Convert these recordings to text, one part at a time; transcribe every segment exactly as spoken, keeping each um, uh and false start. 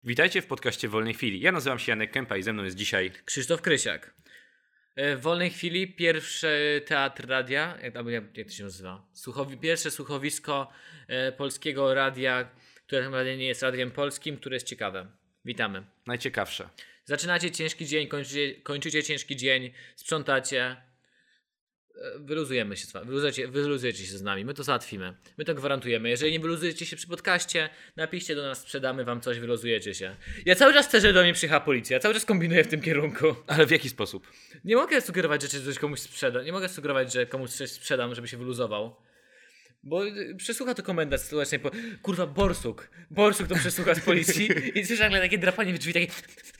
Witajcie w podcaście Wolnej Chwili. Ja nazywam się Janek Kępa i ze mną jest dzisiaj Krzysztof Krysiak. W wolnej chwili pierwszy teatr radia, jak, albo jak, jak to się nazywa? Słuchowi, pierwsze słuchowisko e, polskiego radia, które naprawdę nie jest radiem polskim, które jest ciekawe. Witamy. najciekawsze. Zaczynacie ciężki dzień, kończycie, kończycie ciężki dzień, sprzątacie. Wyluzujemy się z wami, wyluzujecie, wyluzujecie się z nami, my to załatwimy, my to gwarantujemy. Jeżeli nie wyluzujecie się przy podcaście, napiszcie do nas, sprzedamy wam coś, wyluzujecie się. Ja cały czas chcę, żeby do mnie przyjechała policja, ja cały czas kombinuję w tym kierunku. Ale w jaki sposób? Nie mogę sugerować, że coś komuś sprzedam, nie mogę sugerować, że komuś coś sprzedam, żeby się wyluzował. Bo przesłucha to komendant stołecznej, po... kurwa, borsuk, borsuk to przesłucha z policji i słyszę nagle takie drapanie w drzwi, takie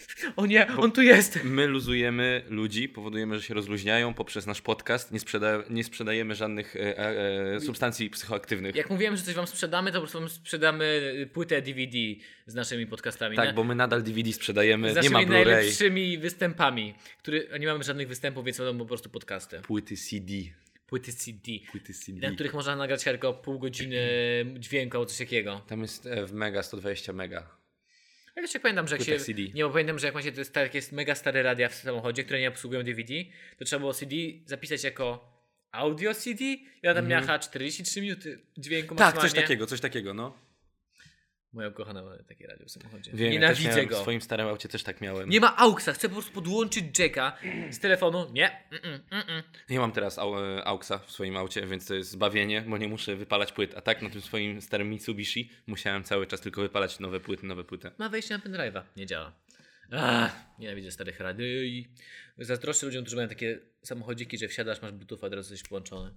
o nie, Bo on tu jest. My luzujemy ludzi, powodujemy, że się rozluźniają poprzez nasz podcast, nie, sprzeda- nie sprzedajemy żadnych e, e, substancji psychoaktywnych. Jak mówiłem, że coś wam sprzedamy, to po prostu wam sprzedamy płytę D V D z naszymi podcastami. Tak, na... bo my nadal D V D sprzedajemy, z nie ma naszymi Blu-ray. najlepszymi występami, które nie mamy żadnych występów, więc są po prostu podcasty. Płyty C D. Płyty C D, Płyty C D. na których można nagrać tylko pół godziny dźwięku albo coś takiego. Tam jest e, w mega sto dwadzieścia mega. Ja jeszcze pamiętam, że jak się... C D. Nie, bo pamiętam, że jak macie to jest, tak, jest mega stare radia w samochodzie, które nie obsługują D V D, to trzeba było C D zapisać jako audio C D i ona tam miała czterdzieści trzy minuty dźwięku Tak, maksymalnie. coś takiego, coś takiego, no. Moja ukochana ma takie radio w samochodzie. Wiem, Nienawidzę ja też go. w swoim starym aucie też tak miałem. Nie ma AUXa, chcę po prostu podłączyć jacka z telefonu. Nie. Mm-mm, mm-mm. Nie mam teraz au- AUXa w swoim aucie, więc to jest zbawienie, bo nie muszę wypalać płyt. A tak na tym swoim starym Mitsubishi musiałem cały czas tylko wypalać nowe płyty, nowe płyty. Ma wejście na pendrive'a. Nie działa. Ach, nienawidzę starych radiów. Zazdroszczę ludziom, którzy mają takie samochodziki, że wsiadasz, masz bluetooth, od razu jesteś połączony.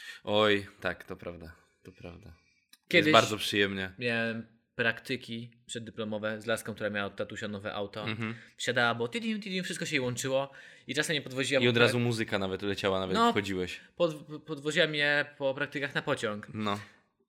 Oj, tak, to prawda, to prawda. Kiedyś jest bardzo przyjemnie. Miałem praktyki przeddyplomowe z laską, która miała od tatusia nowe auto. Mhm. Wsiadała, bo tidim, tidim, wszystko się jej łączyło i czasem mnie podwoziła. I od po razu muzyka nawet leciała, nawet No. jak wchodziłeś. Pod, podwoziła mnie po praktykach na pociąg. No.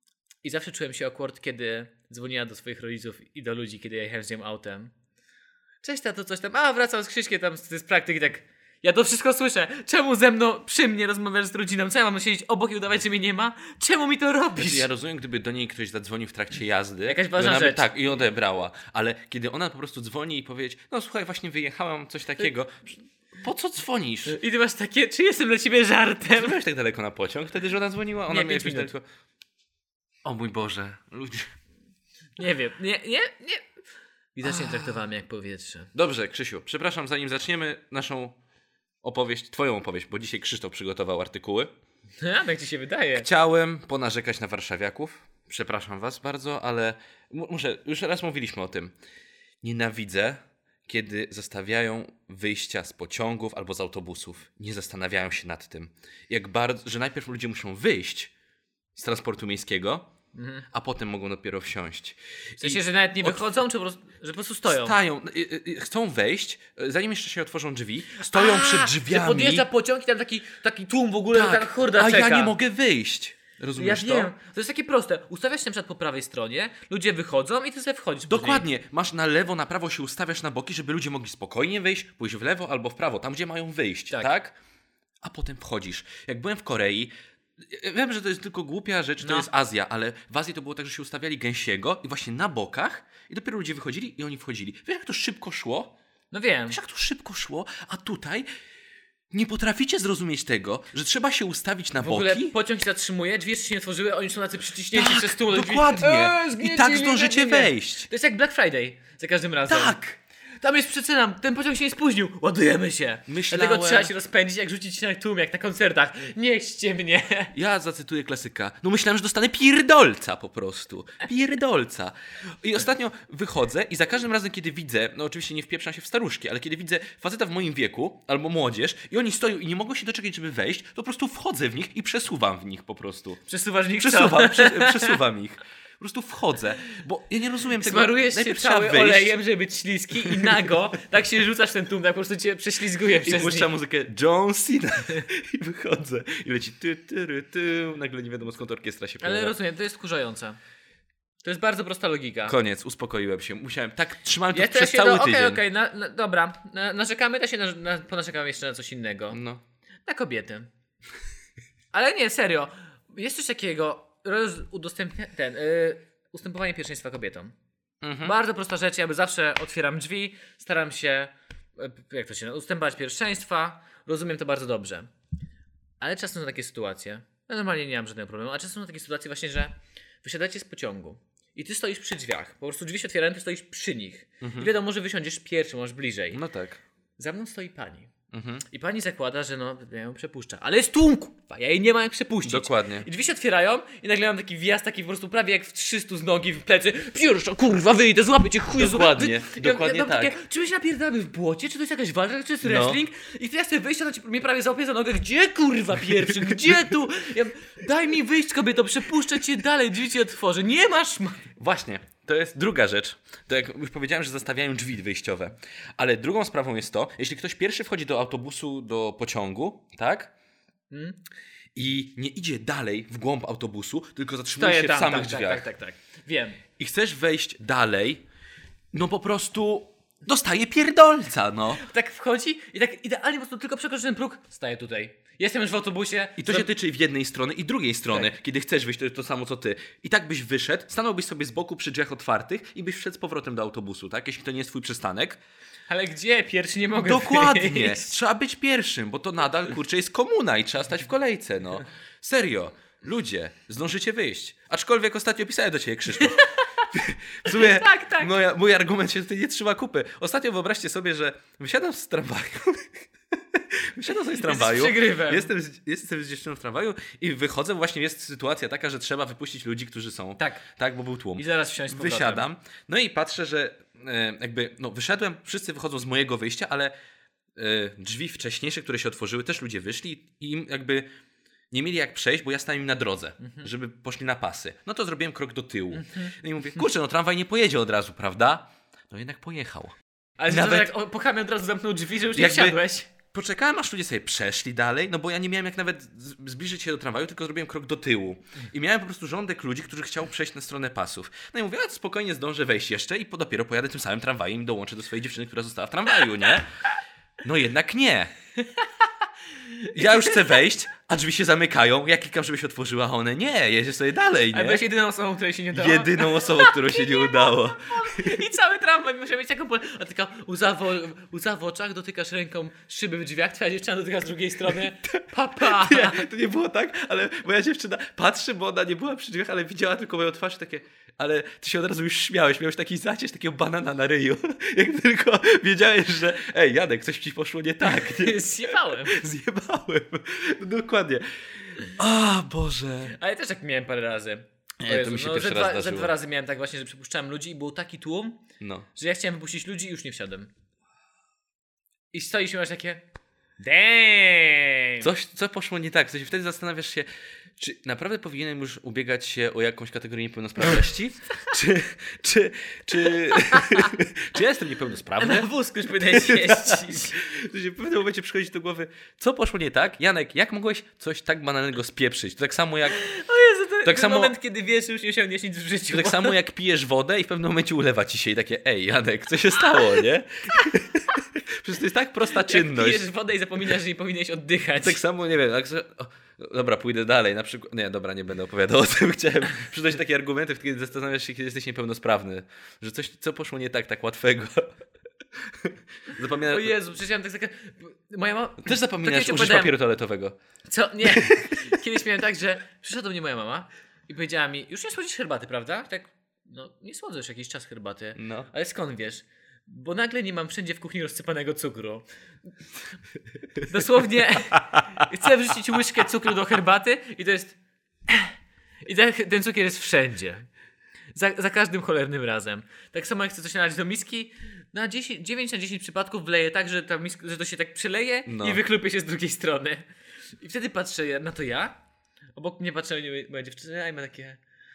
I zawsze czułem się awkward, kiedy dzwoniła do swoich rodziców i do ludzi, kiedy ja jechałem z nią autem. Cześć tato, coś tam. A, wracam z Krzyśkiem tam z, z praktyki, tak. Ja to wszystko słyszę. Czemu ze mną przy mnie rozmawiasz z rodziną? Co ja mam siedzieć obok i udawać, że mnie nie ma? Czemu mi to robisz? Ja rozumiem, gdyby do niej ktoś zadzwonił w trakcie jazdy. Jakaś i ważna ona by- rzecz. Tak, i odebrała. Ale kiedy ona po prostu dzwoni i powie, no słuchaj, właśnie wyjechałam, coś takiego. Po co dzwonisz? I ty masz takie, czy jestem dla ciebie żartem? Byłeś tak daleko na pociąg wtedy, że ona dzwoniła? Ona Nie, miała pięć jakoś minut. daleko. O mój Boże, ludzie. Nie wiem, nie, nie, nie. Widocznie traktowałem jak powietrze. Dobrze, Krzysiu, przepraszam, zanim zaczniemy naszą opowieść, twoją opowieść, bo dzisiaj Krzysztof przygotował artykuły. A, tak ci się wydaje. Chciałem ponarzekać na warszawiaków. Przepraszam was bardzo, ale mu- muszę, już raz mówiliśmy o tym. Nienawidzę, kiedy zostawiają wyjścia z pociągów albo z autobusów. Nie zastanawiają się nad tym. Jak bardzo, że najpierw ludzie muszą wyjść z transportu miejskiego, Mhm. a potem mogą dopiero wsiąść. W sensie, że nawet nie wychodzą, czy po prostu, że po prostu stoją? Stają, y, y, y, chcą wejść, y, zanim jeszcze się otworzą drzwi, stoją A, przed że drzwiami. podjeżdża pociąg i tam taki, taki tłum w ogóle, taka horda a czeka. ja nie mogę wyjść. Ja Rozumiesz wiem. to? To jest takie proste. Ustawiasz się na przykład po prawej stronie, ludzie wychodzą i ty sobie wchodzisz. później. Dokładnie. Masz na lewo, na prawo się ustawiasz na boki, żeby ludzie mogli spokojnie wyjść, pójść w lewo albo w prawo, tam gdzie mają wyjść, tak? Tak. A potem wchodzisz. Jak byłem w Korei, ja wiem, że to jest tylko głupia rzecz, to No. jest Azja, ale w Azji to było tak, że się ustawiali gęsiego i właśnie na bokach i dopiero ludzie wychodzili i oni wchodzili. Wiesz, jak to szybko szło? No wiem. Wiesz, jak to szybko szło? A tutaj nie potraficie zrozumieć tego, że trzeba się ustawić na W ogóle boki. pociąg się zatrzymuje, drzwi jeszcze się nie otworzyły, oni są tacy przyciśnięci przez stół. do drzwi. dokładnie. Eee, I zgniecie tak mnie, zdążycie nie, nie, nie. wejść. To jest jak Black Friday za każdym razem. Tak! Tam jest przecena, ten pociąg się nie spóźnił, ładujemy się. Myślałem- Dlatego trzeba się rozpędzić, jak rzucić się na tłum, jak na koncertach. Nieście mnie. Ja zacytuję klasyka. No myślałem, że dostanę pierdolca po prostu. Pierdolca. I ostatnio wychodzę i za każdym razem, kiedy widzę, no oczywiście nie wpieprzam się w staruszki, ale kiedy widzę faceta w moim wieku, albo młodzież i oni stoją i nie mogą się doczekać, żeby wejść, to po prostu wchodzę w nich i przesuwam w nich po prostu. Przesuwasz w nich Przesuwam, prze, przesuwam ich. Po prostu wchodzę, bo ja nie rozumiem tego. Smarujesz się Najpierw trzeba cały wyjść olejem, żeby być śliski i nago tak się rzucasz w ten tłum, tak po prostu cię prześlizguje i przez puszczam nich. muzykę John Cena i wychodzę. I leci ty, ty, ty, ty. Nagle nie wiadomo skąd orkiestra się pojawia. Ale rozumiem, to jest wkurzające. To jest bardzo prosta logika. Koniec, uspokoiłem się. Musiałem, tak trzymałem to Ja przez też się, cały no, okej, tydzień. okej, na, na, dobra. Na, narzekamy, to się na, na, ponarzekamy jeszcze na coś innego. No. Na kobiety. Ale nie, serio. Jest coś takiego, roz, udostępnia, ten, y, ustępowanie pierwszeństwa kobietom. Mhm. Bardzo prosta rzecz, ja zawsze otwieram drzwi, staram się, jak to się nazywa, ustępować pierwszeństwa, rozumiem to bardzo dobrze. Ale czasem są takie sytuacje, ja normalnie nie mam żadnego problemu, a czasem są takie sytuacje właśnie, że wysiadacie z pociągu i ty stoisz przy drzwiach, po prostu drzwi się otwierają, ty stoisz przy nich. Mhm. I wiadomo, że wysiądziesz pierwszy, masz bliżej. No tak. Za mną stoi pani. Mhm. I pani zakłada, że no, ja ją przepuszczę. Ale jest tłum, kurwa, ja jej nie mam jak przepuścić. Dokładnie. I drzwi się otwierają i nagle mam taki wjazd, taki po prostu prawie jak w trzystu z nogi w plecy. Pierwsza, kurwa, wyjdę, złapię cię, chuj. Dokładnie, wy... dokładnie ja, ja tak. Takie, czy my się napierdamy w błocie, czy to jest jakaś walka, czy to jest wrestling? No. I ja sobie wyjść, ona ci mnie prawie załapie za nogę. Gdzie, kurwa, pierwszy, gdzie tu? Ja, daj mi wyjść, kobieto, przepuszczę cię dalej, drzwi ci otworzę. Nie masz... Właśnie. To jest druga rzecz. To jak już powiedziałem, że zastawiają drzwi wyjściowe. Ale drugą sprawą jest to, jeśli ktoś pierwszy wchodzi do autobusu, do pociągu, tak? Hmm? I nie idzie dalej w głąb autobusu, tylko zatrzymuje Stoję się tam, w samych tak, drzwiach. Tak, tak, tak, tak. Wiem. I chcesz wejść dalej, no po prostu dostaje pierdolca, no. Tak wchodzi i tak idealnie po prostu tylko przekroczy ten próg, staję tutaj. Jestem już w autobusie. I to za... się tyczy w jednej strony i drugiej strony. Tak. Kiedy chcesz wyjść, to jest to samo co ty. I tak byś wyszedł, stanąłbyś sobie z boku przy drzwiach otwartych i byś wszedł z powrotem do autobusu, tak? Jeśli to nie jest twój przystanek. Ale gdzie? Pierwszy nie mogę Dokładnie. wyjść. Trzeba być pierwszym, bo to nadal, kurczę, jest komuna i trzeba stać w kolejce, no. Serio. Ludzie, zdążycie wyjść. Aczkolwiek ostatnio pisałem do ciebie, Krzysztof. W sumie tak, tak. Moja, mój argument się tutaj nie trzyma kupy. Ostatnio wyobraźcie sobie, że wysiadam z tramwaju. Wysiadam sobie z tramwaju. Jestem z, jestem z dziewczyną w tramwaju i wychodzę. Właśnie jest sytuacja taka, że trzeba wypuścić ludzi, którzy są. Tak. Tak, bo był tłum. I zaraz wsiąść z powrotem. Wysiadam. No i patrzę, że e, jakby, no wyszedłem, wszyscy wychodzą z mojego wyjścia, ale e, drzwi wcześniejsze, które się otworzyły, też ludzie wyszli i im jakby nie mieli jak przejść, bo ja stałem im na drodze, mhm. żeby poszli na pasy. No to zrobiłem krok do tyłu. Mhm. No i mówię, kurczę, no tramwaj nie pojedzie od razu, prawda? No jednak pojechał. Ale nawet jak po chamie od razu zamknął drzwi, że już nie wsiadłeś. Poczekałem, aż ludzie sobie przeszli dalej, no bo ja nie miałem jak nawet zbliżyć się do tramwaju, tylko zrobiłem krok do tyłu. I miałem po prostu rządek ludzi, którzy chciał przejść na stronę pasów. No i mówię, a spokojnie zdążę wejść jeszcze i dopiero pojadę tym samym tramwajem i dołączę do swojej dziewczyny, która została w tramwaju, nie? No jednak nie. Ja już chcę wejść, a drzwi się zamykają. Ja klikam, żeby się otworzyła, a one nie, jedzie sobie dalej, nie? Ale byłeś jedyną osobą, której się nie udało. Jedyną osobą, którą się nie udało. I cały tramwaj musiał mieć taką... Pole... A tylko łza w, łza w oczach, dotykasz ręką szyby w drzwiach, twoja dziewczyna dotyka z drugiej strony. Papa! Nie, to nie było tak, ale moja dziewczyna patrzy, bo ona nie była przy drzwiach, ale widziała tylko moją twarz takie... Ale ty się od razu już śmiałeś, miałeś taki zacięć takiego banana na ryju. Jak tylko wiedziałeś, że ej, Janek, coś ci poszło nie tak. Nie? Zjebałem. Zjebałem. No, dokładnie. O Boże. Ale też tak miałem parę razy. Nie, Jezu, to mi się no, pierwszy raz raz Ze dwa razy miałem tak właśnie, że przypuszczałem ludzi i był taki tłum, no. że ja chciałem wypuścić ludzi i już nie wsiadłem. I stoisz i masz takie... Damn! Coś, co poszło nie tak. W sensie wtedy zastanawiasz się, czy naprawdę powinienem już ubiegać się o jakąś kategorię niepełnosprawności? czy, czy, czy, czy ja jestem niepełnosprawny? Na wózku już powinieneś jeździć. W pewnym momencie przychodzi do głowy, co poszło nie tak? Janek, jak mogłeś coś tak banalnego spieprzyć? To tak samo jak... O Jezu, to tak ten samo, moment, kiedy wiesz, że już nie osiągniesz nic w życiu. To tak samo jak pijesz wodę i w pewnym momencie ulewa ci się i takie, ej Janek, co się stało, nie? Przecież to jest tak prosta czynność. Jak pijesz wodę i zapominasz, że nie powinieneś oddychać. Tak samo, nie wiem, tak, o, dobra, pójdę dalej, na przykład, nie, dobra, nie będę opowiadał o tym, chciałem przytoczyć takie argumenty, kiedy zastanawiasz się, kiedy jesteś niepełnosprawny, że coś, co poszło nie tak, tak łatwego. Zapomina... O Jezu, przecież ja mam tak... Moja mama... Też zapominasz użyć papieru toaletowego. Co? Nie. Kiedyś miałem tak, że przyszła do mnie moja mama i powiedziała mi, już nie słodzisz herbaty, prawda? Tak, no nie słodzę już jakiś czas herbaty. No. Ale skąd wiesz? Bo nagle nie mam wszędzie w kuchni rozsypanego cukru. Dosłownie chcę wrzucić łyżkę cukru do herbaty i to jest... I ten, ten cukier jest wszędzie. Za, za każdym cholernym razem. Tak samo jak chcę coś nalać do miski, na dziesięć, dziewięć na dziesięć przypadków wleję tak, że, ta miska, że to się tak przeleje no. i wychlupie się z drugiej strony. I wtedy patrzę na to ja, obok mnie patrzę moja dziewczyna i ma takie...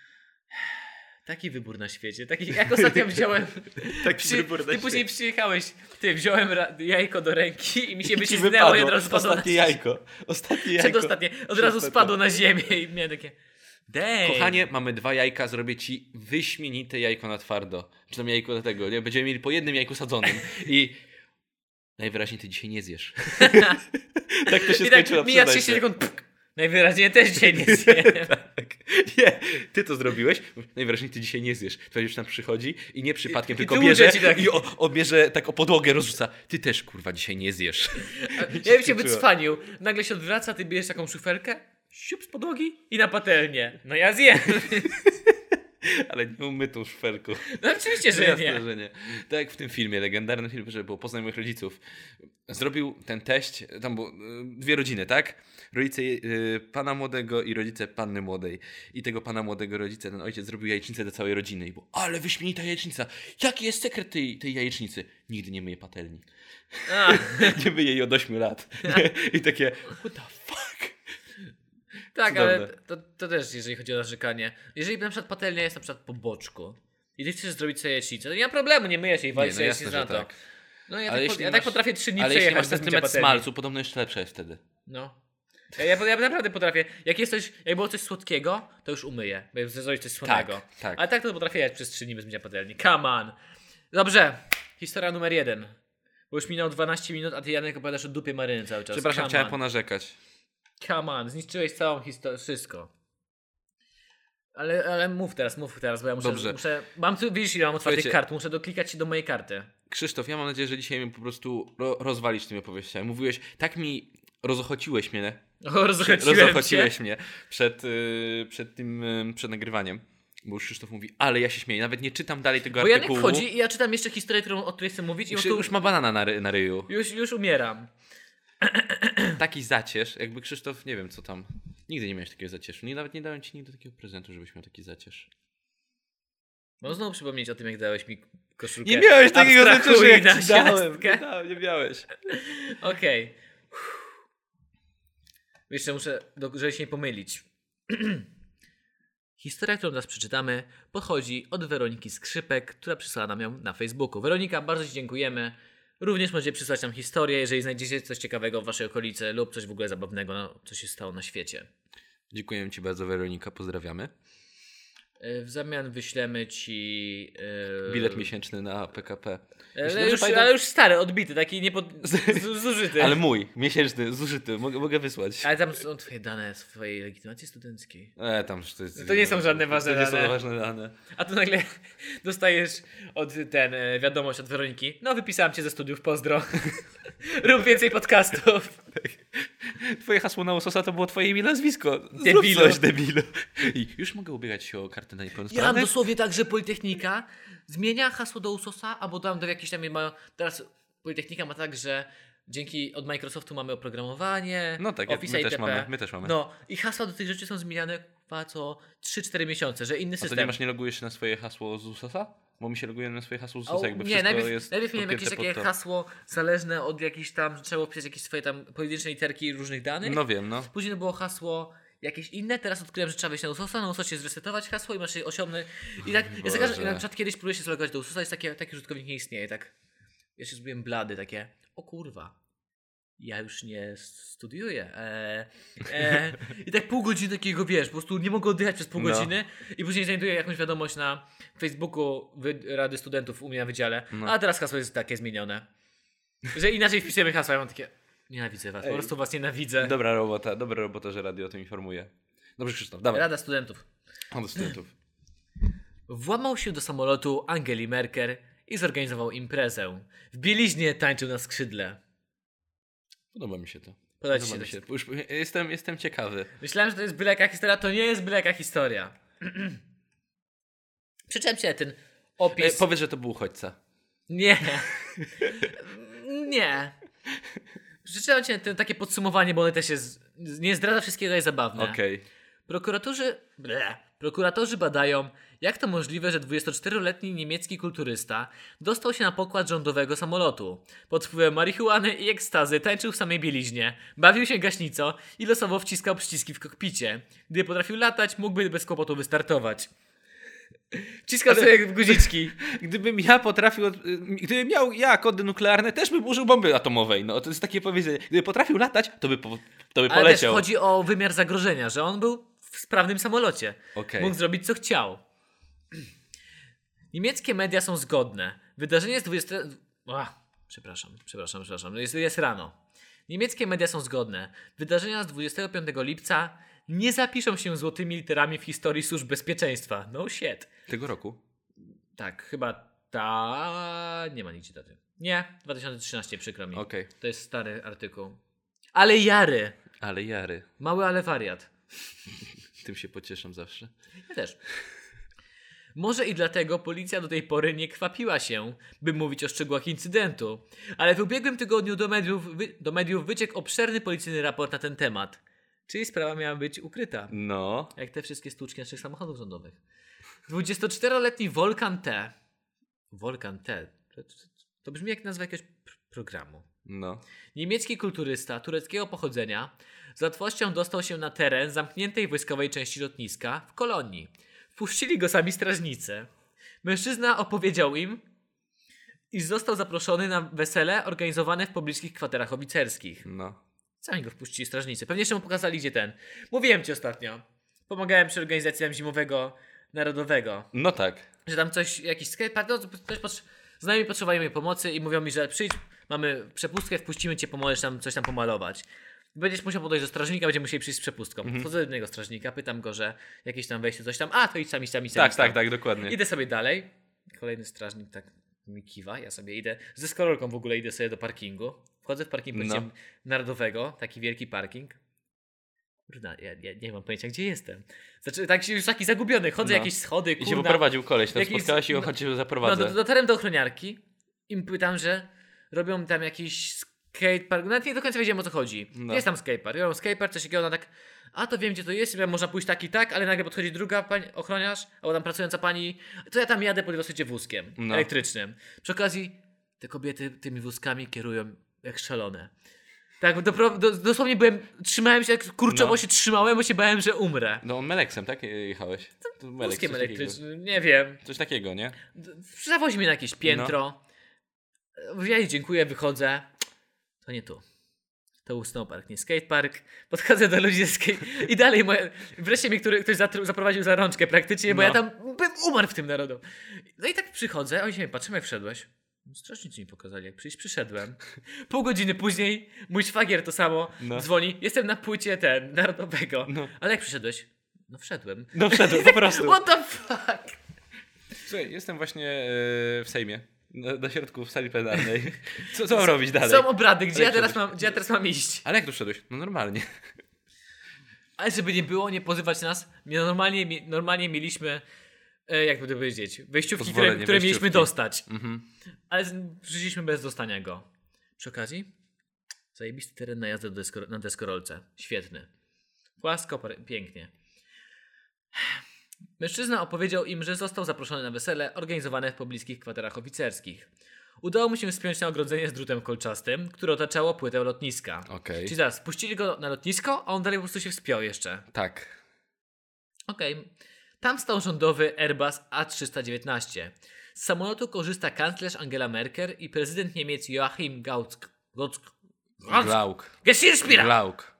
Taki wybór na świecie. Taki, jak ostatnio wziąłem... Taki przy, wybór na ty świecie. Później przyjechałeś, ty wziąłem ra, jajko do ręki i mi się wycisnęło i od razu spadło Ostatnie na... jajko. Ostatnie jajko. Przedostatnie. Od razu spadło na ziemię i miałem takie... Damn. Kochanie, mamy dwa jajka, zrobię ci wyśmienite jajko na twardo. Czy tam jajko do tego, nie? Będziemy mieli po jednym jajku sadzonym. I najwyraźniej ty dzisiaj nie zjesz. Tak to się I skończyło. Tak, mijasz się, się taką... Najwyraźniej też dzisiaj nie zjem. Tak. Nie, ty to zrobiłeś. Najwyraźniej ty dzisiaj nie zjesz. Twoja dziewczyna przychodzi i nie przypadkiem, I- i tylko tu bierze ci tak. i o, odbierze tak o podłogę, rozrzuca. Ty też, kurwa, dzisiaj nie zjesz. Ja bym się wycwanił. Nagle się odwraca, ty bierzesz taką szufelkę, siup z podłogi i na patelnię. No ja zjem. Ale nie umytą szferką. No oczywiście, że Jasne, nie. że nie. Tak jak w tym filmie, legendarnym filmie, że było Poznaj moich rodziców. Zrobił ten teść, tam było y, dwie rodziny, tak? Rodzice y, pana młodego i rodzice panny młodej. I tego pana młodego rodzice, ten ojciec zrobił jajecznicę dla całej rodziny. I było, ale wyśmienita jajecznica. Jaki jest sekret tej, tej jajecznicy? Nigdy nie myje patelni. A. Nie myje jej od ośmiu lat. I takie, what the fuck? Tak, Cudowne. ale to, to też jeżeli chodzi o narzekanie. Jeżeli na przykład patelnia jest na przykład po boczku i ty chcesz zrobić sobie jajecznicę, to nie ma problemu, nie myjesz jej, walisz no sobie jasne, jajecznicę na że to. tak. No ja, Ale tak, po, jeśli ja masz- tak potrafię trzy dni Ale jeśli przejechać masz bez mycia sentymetr patelni. smalcu, podobno jeszcze lepsze jest wtedy. No. Ja, ja, ja naprawdę potrafię, jak jest coś, jak było coś słodkiego, to już umyję, bo chcę zrobić coś słonego. Tak, tak. Ale tak to potrafię jechać przez trzy dni bez mycia patelni. Come on. Dobrze, historia numer jeden. Bo już minął dwanaście minut, a ty, Janek, opowiadasz o dupie Maryny cały czas. Przepraszam, Come chciałem on. ponarzekać. Come on, zniszczyłeś całą historię, wszystko. Ale, ale mów teraz, mów teraz, bo ja muszę, Dobrze. muszę mam tu, widzisz ile mam otwartych Słuchajcie. kart, muszę doklikać się do mojej karty. Krzysztof, ja mam nadzieję, że dzisiaj mnie po prostu ro- rozwalisz tymi opowieściami. Mówiłeś, tak mi rozochociłeś mnie. O, rozochociłem rozochociłeś cię. mnie przed, y, przed tym, y, przed nagrywaniem. Bo już Krzysztof mówi, ale ja się śmieję, nawet nie czytam dalej tego Bo Janek artykułu. wchodzi i ja czytam jeszcze historię, którą, o której chcę mówić i Już, on tu, już ma banana na, ry- na ryju. już, już umieram. Taki zacierz, jakby Krzysztof, nie wiem co tam. Nigdy nie miałeś takiego zacieszu. Nie, nawet nie dałem ci nigdy takiego prezentu, żebyś miał taki zaciesz. Mam znowu przypomnieć o tym, jak dałeś mi koszulkę. Nie miałeś takiego Abstrahuj zacieszu, jak na ci dałem. siatkę. Nie, dałem, nie miałeś. Okej. Jeszcze muszę, do- żeby się nie pomylić. Historia, którą teraz przeczytamy, pochodzi od Weroniki Skrzypek, która przysłała nam ją na Facebooku. Weronika, bardzo Ci dziękujemy. Również możecie przysłać nam historię, jeżeli znajdziecie coś ciekawego w Waszej okolicy lub coś w ogóle zabawnego, no, co się stało na świecie. Dziękuję ci bardzo, Weronika, pozdrawiamy. E, W zamian wyślemy Ci... e, Bilet miesięczny na P K P. Jeśli Ale dobrze już, pamiętam- ale już stary, odbity, taki niepod... z- zużyty. Ale mój, miesięczny, zużyty, mogę, mogę wysłać. Ale tam są Twoje dane swojej legitymacji studenckiej. E, tam już to jest... To nie są żadne ważne To nie są dane. ważne dane. A tu nagle dostajesz od ten e, wiadomość od Weroniki. No, wypisałam cię ze studiów, pozdro. Rób więcej podcastów. Twoje hasło na łososa to było twoje imię i nazwisko. Zrób Debilu. coś, debilu. I już mogę ubiegać się o kartę na Ja mam niepełnosprawnych? dosłownie tak, że Politechnika zmienia hasło do usosa, albo tam do jakiejś tam ma. Teraz Politechnika ma tak, że dzięki od Microsoftu mamy oprogramowanie, No tak, ja- Office'a my i też itp. mamy, my też mamy. No i hasła do tych rzeczy są zmieniane chyba co trzy cztery miesiące, że inny A to system. nie masz, nie logujesz się na swoje hasło z usosa? Bo mi się loguje na swoje hasło z O, usosa, jakby nie, wszystko najpierw, jest najpierw miałem jakieś podpięte takie pod to. hasło zależne od jakichś tam, że trzeba wpisać jakieś swoje tam pojedyncze literki różnych danych. No wiem, no. Później to było hasło jakieś inne, teraz odkryłem, że trzeba wejść na usosa, na usosie zresetować hasło i masz je osiągnąć. I tak, ja za każdym, Boże. na przykład kiedyś próbuję się zalogować do usosa, jest takie, taki użytkownik nie istnieje, tak. Ja się zrobiłem blady, takie, o kurwa. Ja już nie studiuję. E, e, I tak pół godziny takiego, wiesz, po prostu nie mogę oddychać przez pół No. godziny i później znajduję jakąś wiadomość na Facebooku wy, Rady Studentów u mnie na wydziale, No. a teraz hasło jest takie zmienione. Że inaczej wpisujemy hasła, ja mam takie, nienawidzę was, po Ej. prostu was nienawidzę. Dobra robota, dobra robota, że radio o tym informuje. Dobrze, Krzysztof, dawaj. Rada Studentów. O, do studentów. Włamał się do samolotu Angeli Merkel i zorganizował imprezę. W bieliźnie tańczył na skrzydle. Podoba mi się to. Podoba ci Podoba się mi to? Już jestem, jestem ciekawy. Myślałem, że to jest byle jaka historia, to nie jest byle jaka historia. Przeczytałem ci ten E, opis. powiedz, że to był uchodźca. Nie. Nie. Przeczytałem ci ten, takie podsumowanie, bo one też jest, nie zdradza wszystkiego, jest zabawne. Okej. Prokuratorzy, ble, prokuratorzy badają, jak to możliwe, że dwudziestoczteroletni niemiecki kulturysta dostał się na pokład rządowego samolotu. Pod wpływem marihuany i ekstazy tańczył w samej bieliźnie, bawił się gaśnicą i losowo wciskał przyciski w kokpicie. Gdy potrafił latać, mógłby bez kłopotu wystartować. Wciskał Ale- sobie w guziczki. Gdybym ja potrafił, od- y, gdybym miał ja kody nuklearne, też bym użył bomby atomowej. No to jest takie powiedzenie. Gdyby potrafił latać, to by, po, to by Ale też poleciał. chodzi o wymiar zagrożenia, że on był w sprawnym samolocie. Okej. Mógł zrobić co chciał. Niemieckie media są zgodne. Wydarzenie z dwudziestego... Ach, przepraszam, przepraszam, przepraszam. Jest, jest rano. Niemieckie media są zgodne. Wydarzenia z dwudziestego piątego lipca nie zapiszą się złotymi literami w historii służb bezpieczeństwa. No shit. Tego roku? Tak, chyba ta... Nie ma nigdzie daty. Nie, dwa tysiące trzynaście, przykro mi. Okej. To jest stary artykuł. Ale jary. Ale jary. Mały, ale wariat. Tym się pocieszam zawsze. Ja też. Może i dlatego policja do tej pory nie kwapiła się, by mówić o szczegółach incydentu. Ale w ubiegłym tygodniu do mediów, wy, do mediów wyciekł obszerny policyjny raport na ten temat. Czyli sprawa miała być ukryta. No. Jak te wszystkie sztuczki naszych samochodów rządowych. dwudziestoczteroletni Volkan T. Volkan T. To, to, to brzmi jak nazwa jakiegoś pr- programu. No. Niemiecki kulturysta tureckiego pochodzenia z łatwością dostał się na teren zamkniętej wojskowej części lotniska w Kolonii. Wpuścili go sami strażnicy. Mężczyzna opowiedział im, iż został zaproszony na wesele organizowane w pobliskich kwaterach oficerskich. No. Sami go wpuścili strażnicy. Pewnie jeszcze mu pokazali, gdzie ten. Mówiłem ci ostatnio. Pomagałem przy organizacji tam zimowego narodowego. No tak. Że tam coś, jakiś skatepark, no też potrz- znajomi potrzebują mojej pomocy i mówią mi, że przyjdź, mamy przepustkę, wpuścimy cię, pomożesz nam coś tam pomalować. Będziesz musiał podejść do strażnika, będziemy musieli przyjść z przepustką. Mhm. Wchodzę do jednego strażnika, pytam go, że jakieś tam wejście, coś tam, a to idź tam, idź tam, idź tam. Tak, idź tam. tak, tak, dokładnie. Idę sobie dalej. Kolejny strażnik tak mi kiwa, ja sobie idę, ze skorolką w ogóle idę sobie do parkingu. Wchodzę w parking No. no. narodowego, taki wielki parking. Kurna, ja, ja nie mam pojęcia, gdzie jestem. Znaczy, tak się już taki zagubiony, chodzę No. jakieś schody, I kurna. się poprowadził koleś, tam Jakiś- spotkałeś i on no- chodzi, No, zaprowadzę. do, dotarłem do ochroniarki i pytam, że robią tam jakiś skatepark. Nawet nie do końca wiedziałem, o co chodzi. No. Jest tam skatepark, robią skatepark, coś takiego, ona tak, a to wiem, gdzie to jest, ja można pójść tak i tak, ale nagle podchodzi druga pani, ochroniarz, albo tam pracująca pani, to ja tam jadę, ponieważ słuchajcie, wózkiem No. elektrycznym. Przy okazji te kobiety tymi wózkami kierują jak szalone. Tak, dopro, do, dosłownie byłem, trzymałem się, jak kurczowo No. się trzymałem, bo się bałem, że umrę. No Meleksem, tak? jechałeś? To Meleks, Wózkiem coś takiego. elektrycznym, nie wiem. Coś takiego, nie? Zawozi mnie na jakieś piętro. Ja jej dziękuję, wychodzę. To nie tu. To był snowpark, nie skatepark. Podchodzę do ludzi ze skate... I dalej moje... wreszcie mnie który, ktoś zatr- zaprowadził za rączkę praktycznie, bo No. ja tam bym umarł w tym narodu. No i tak przychodzę, oni się mnie patrzą, jak wszedłeś. Strasznicy mi pokazali, jak przyjść, przyszedłem. Pół godziny później mój szwagier to samo No. dzwoni. Jestem na płycie ten, narodowego. No. Ale jak przyszedłeś? No wszedłem. No wszedłem, po prostu. What the fuck? Słuchaj, jestem właśnie e, w Sejmie. Na, na środku w sali plenarnej. Co, co mam robić dalej? Są obrady, gdzie Ale ja, teraz wszedłeś. mam, gdzie ja teraz mam iść? Ale jak tu wszedłeś? No normalnie. Ale żeby nie było, nie pozywać nas, my normalnie, mi- normalnie mieliśmy, e, jak by to powiedzieć, wejściówki, które, Pozwolenie, które mieliśmy wejściówki. dostać. Mhm. Ale z- przyszliśmy bez dostania go. Przy okazji, zajebisty teren na jazdę do desko- na deskorolce. Świetny. Płasko, par- pięknie. Mężczyzna opowiedział im, że został zaproszony na wesele organizowane w pobliskich kwaterach oficerskich. Udało mu się spiąć na ogrodzenie z drutem kolczastym, które otaczało płytę lotniska. Okej. Czyli zaraz, puścili go na lotnisko, a on dalej po prostu się wspiął jeszcze. Tak. Okej. Tam stał rządowy Airbus A trzysta dziewiętnaście. Z samolotu korzysta kanclerz Angela Merkel i prezydent Niemiec Joachim Gauck. Gauck. Gauck. Glauk. Geschirrspieler! Glauk.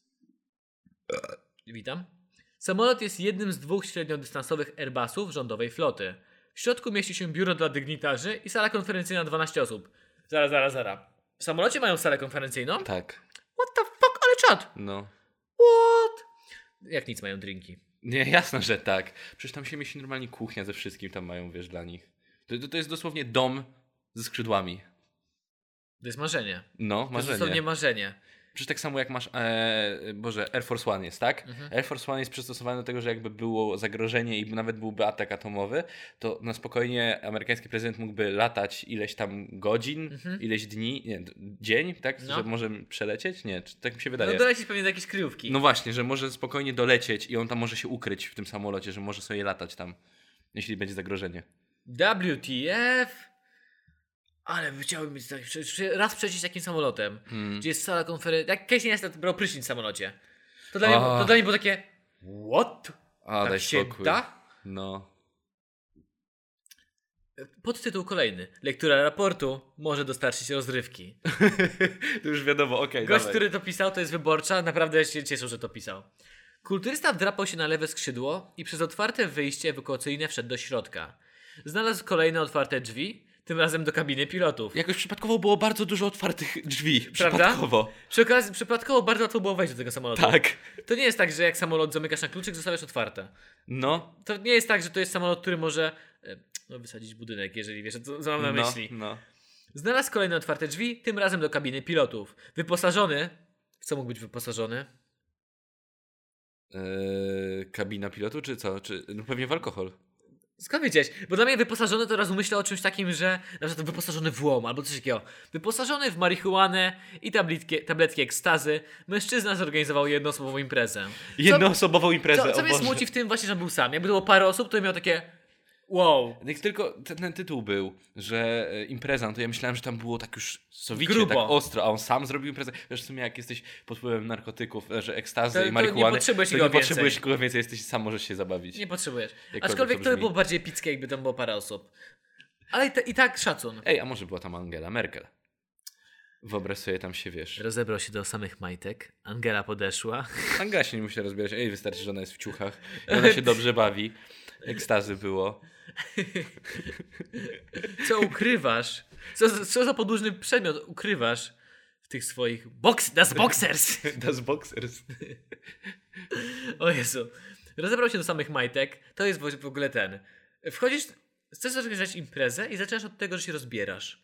Witam. Samolot jest jednym z dwóch średniodystansowych Airbusów rządowej floty. W środku mieści się biuro dla dygnitarzy i sala konferencyjna na dwanaście osób. Zara, zara, zara. W samolocie mają salę konferencyjną? Tak. What the fuck, ale czad! No. What? Jak nic mają drinki. Nie, jasno, że tak. Przecież tam się mieści normalnie kuchnia ze wszystkim, tam mają, wiesz, dla nich. To, to, to jest dosłownie dom ze skrzydłami. To jest marzenie. No, To jest marzenie. dosłownie marzenie. Przecież tak samo jak masz, e, Boże, Air Force One jest, tak? Mhm. Air Force One jest przystosowany do tego, że jakby było zagrożenie i nawet byłby atak atomowy, to na spokojnie amerykański prezydent mógłby latać ileś tam godzin, Mhm. ileś dni, nie, d- dzień, tak? No. Że może przelecieć? Nie, czy tak mi się No wydaje. dolecieć pewnie do jakiejś kryjówki. No właśnie, że może spokojnie dolecieć i on tam może się ukryć w tym samolocie, że może sobie latać tam, jeśli będzie zagrożenie. W T F? Ale chciałbym mieć tak, prze- prze- raz przejść takim samolotem, Hmm. gdzie jest sala konferencji. Jak Casey Neistat brał prysznic w samolocie. To dla, mnie, O. to dla mnie było takie what? A, tak daj się spokój. da? No. Podtytuł kolejny. Lektura raportu może dostarczyć rozrywki. To już wiadomo, okej, Gość, dawaj. który to pisał, to jest wyborcza. Naprawdę się cieszę, że to pisał. Kulturysta wdrapał się na lewe skrzydło i przez otwarte wyjście ewakuacyjne wszedł do środka. Znalazł kolejne otwarte drzwi, tym razem do kabiny pilotów. Jakoś przypadkowo było bardzo dużo otwartych drzwi. Prawda? Przypadkowo. Przy okazji, przypadkowo bardzo łatwo było wejść do tego samolotu. Tak. To nie jest tak, że jak samolot zamykasz na kluczyk, zostawiasz otwarte. No. To nie jest tak, że to jest samolot, który może e, no, wysadzić budynek, jeżeli wiesz, co, co mam na no, myśli. No. Znalazł kolejne otwarte drzwi, tym razem do kabiny pilotów. Wyposażony... W co mógł być wyposażony? Eee, kabina pilotu, czy co? Czy, no pewnie w alkohol. Skąd wiedzieć? Bo dla mnie wyposażony to razu myślę o czymś takim, że na przykład wyposażony w łom albo coś takiego. Wyposażony w marihuanę i tabletki, tabletki ekstazy, mężczyzna zorganizował jednoosobową imprezę. Co, Jednoosobową imprezę, co, co o mnie Boże. smuci w tym właśnie, że on był sam. Jakby było parę osób, to miał takie wow. Jak tylko ten, ten tytuł był, że e, impreza, no to ja myślałem, że tam było tak już sowicie, Grubo. tak ostro, a on sam zrobił imprezę. Wiesz, w sumie jak jesteś pod wpływem narkotyków, e, że ekstazy To- i to marihuany, nie potrzebujesz to nikogo nie więcej. potrzebujesz nikogo więcej, jesteś sam, możesz się zabawić. Nie potrzebujesz. Jakkolwiek Aczkolwiek to to by brzmi. było bardziej epickie, jakby tam było parę osób. Ale i, te, i tak szacun. Ej, a może była tam Angela Merkel? Wyobraź sobie, tam się, wiesz... Rozebrał się do samych majtek. Angela podeszła. Angela się nie musi rozbierać. Ej, wystarczy, że ona jest w ciuchach. I ona się dobrze bawi. Ekstazy było. Co ukrywasz? Co, co za podłużny przedmiot ukrywasz w tych swoich box, das boxers? Das Boxers. O Jezu. Rozebrał się do samych majtek. To jest w w ogóle ten. Wchodzisz, chcesz zorganizować imprezę i zaczynasz od tego, że się rozbierasz.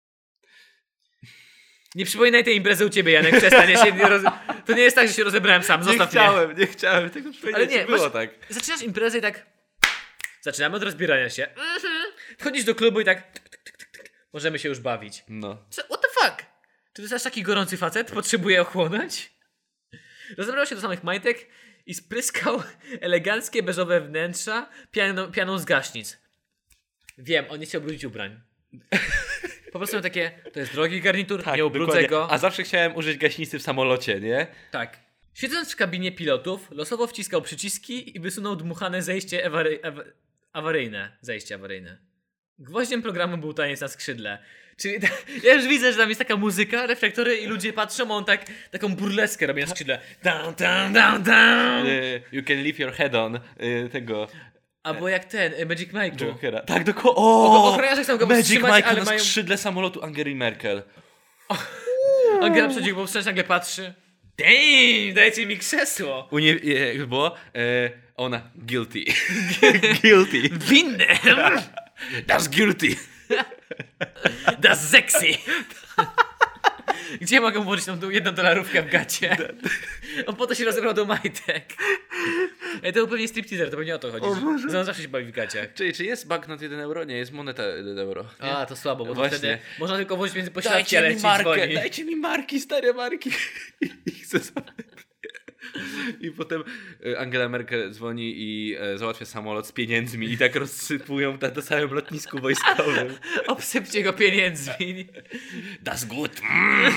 Nie przypominaj tej imprezy u ciebie, Janek, przestań. Ja się nie roz... To nie jest tak, że się rozebrałem sam, Nie zostaw mnie. chciałem, nie chciałem tego powiedzieć. Ale nie, było masz- tak. Zaczynasz imprezę i tak... Zaczynamy od rozbierania się. Mhm. Wchodzisz do klubu i tak... tyk, tyk, tyk, tyk, tyk. Możemy się już bawić. No. Co? What the fuck? Czy to jest aż taki gorący facet? Potrzebuje ochłonąć? Rozebrał się do samych majtek i spryskał eleganckie beżowe wnętrza pianą, pianą z gaśnic. Wiem, on nie chciał brudzić ubrań. Po prostu miał takie, to jest drogi garnitur, nie ubrudzę dokładnie. go. A zawsze chciałem użyć gaśnicy w samolocie, nie? Tak. Siedząc w kabinie pilotów, losowo wciskał przyciski i wysunął dmuchane zejście awary, awa, awaryjne. Zejście awaryjne. Gwoździem programu był taniec na skrzydle. Czyli ta, ja już widzę, że tam jest taka muzyka, reflektory i ludzie patrzą, a on tak, taką burleskę robi na skrzydle. Down, down, down, down. Y, you can leave your head on. Y, tego... Albo jak ten, y, Magic Mike'u. Jokera. Tak, dokładnie. O! Ochroniarze chcą go Magic powstrzymać, Mike ale na mają... skrzydle samolotu Angeli Merkel. Angela przychodzi, bo wstecz nagle patrzy. Damn, dajcie mi krzesło. U niej jak było? E, ona guilty. Guilty. Winny. That's guilty. Das sexy. Gdzie mogę włożyć tą jedną dolarówkę w gacie? On po to się rozebrał do majtek. Ej, to był pewnie stripteaser, to pewnie o to chodzi. O że- Boże. Że on zawsze się bawi w gaciach. Czyli czy jest banknot jeden euro? Nie, jest moneta jeden euro. Nie? A, to słabo, bo to Właśnie. wtedy można tylko włożyć między pośladki, Dajcie ale mi ci markę, dzwoni. dajcie mi marki, stare marki. I chcę sobie... I potem e, Angela Merkel dzwoni i e, załatwia samolot z pieniędzmi i tak rozsypują na, na całym lotnisku wojskowym. Obsypcie go pieniędzmi. Das gut. Mm.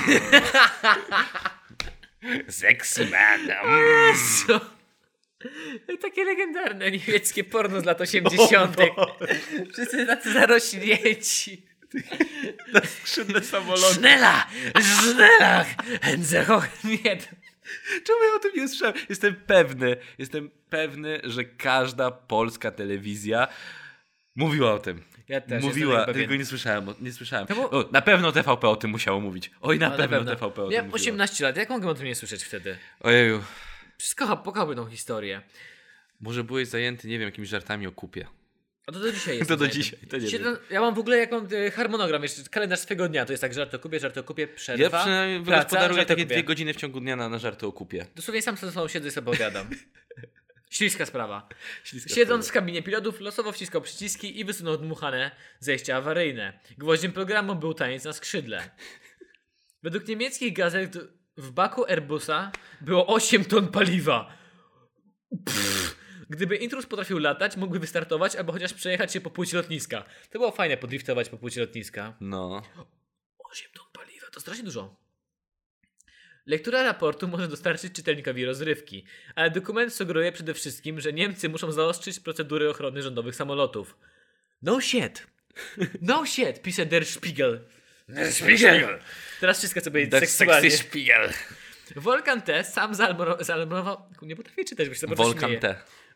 Sexy man. Mm. Co? Takie legendarne niemieckie porno z lat osiemdziesiątych. Wszyscy tacy zarośnięci. Na skrzydle samolotu. Schnella! Schnella! Hänse Nie. Czemu ja o tym nie słyszałem? Jestem pewny, jestem pewny, że każda polska telewizja mówiła o tym. Ja też Mówiła, jestem tylko pewien. nie słyszałem, o- nie słyszałem. No bo- O, na pewno T V P o tym musiało mówić. Oj, na No, pewno, T V P o tym Miałem mówiło. osiemnaście lat, jak mogłem o tym nie słyszeć wtedy? Ojeju. Wszystko pokałby tą historię. Może byłeś zajęty, nie wiem, jakimiś żartami o kupie. A to do dzisiaj jest. To do dzisiaj, to nie wiem. Ja mam w ogóle jak mam e, harmonogram, jeszcze kalendarz swego dnia, to jest tak, żart o kupie, żart o kupie, przerwa, Ja przynajmniej praca, wygospodaruję żart o takie kupie. dwie godziny w ciągu dnia na, na żarty o kupie. Dosłownie sam ze sobą siedzę i sobie opowiadam. Śliska sprawa. Śliska Siedząc w sprawa. kabinie pilotów, losowo wciskał przyciski i wysunął dmuchane zejścia awaryjne. Gwoździem programu był taniec na skrzydle. Według niemieckich gazet w baku Airbusa było osiem ton paliwa. Pff. Gdyby intruz potrafił latać, mógłby wystartować albo chociaż przejechać się po płóci lotniska. To było fajne, podriftować po płóci lotniska. No. osiem ton paliwa, to strasznie dużo. Lektura raportu może dostarczyć czytelnikowi rozrywki, ale dokument sugeruje przede wszystkim, że Niemcy muszą zaostrzyć procedury ochrony rządowych samolotów. No shit. No shit, pisze Der Spiegel. Der Spiegel. Teraz wszystko co będzie Tak seksualnie. sexy szpiegel. Volkan T. sam zaalarmował... Nie potrafię czytać, bo się to Volkan T.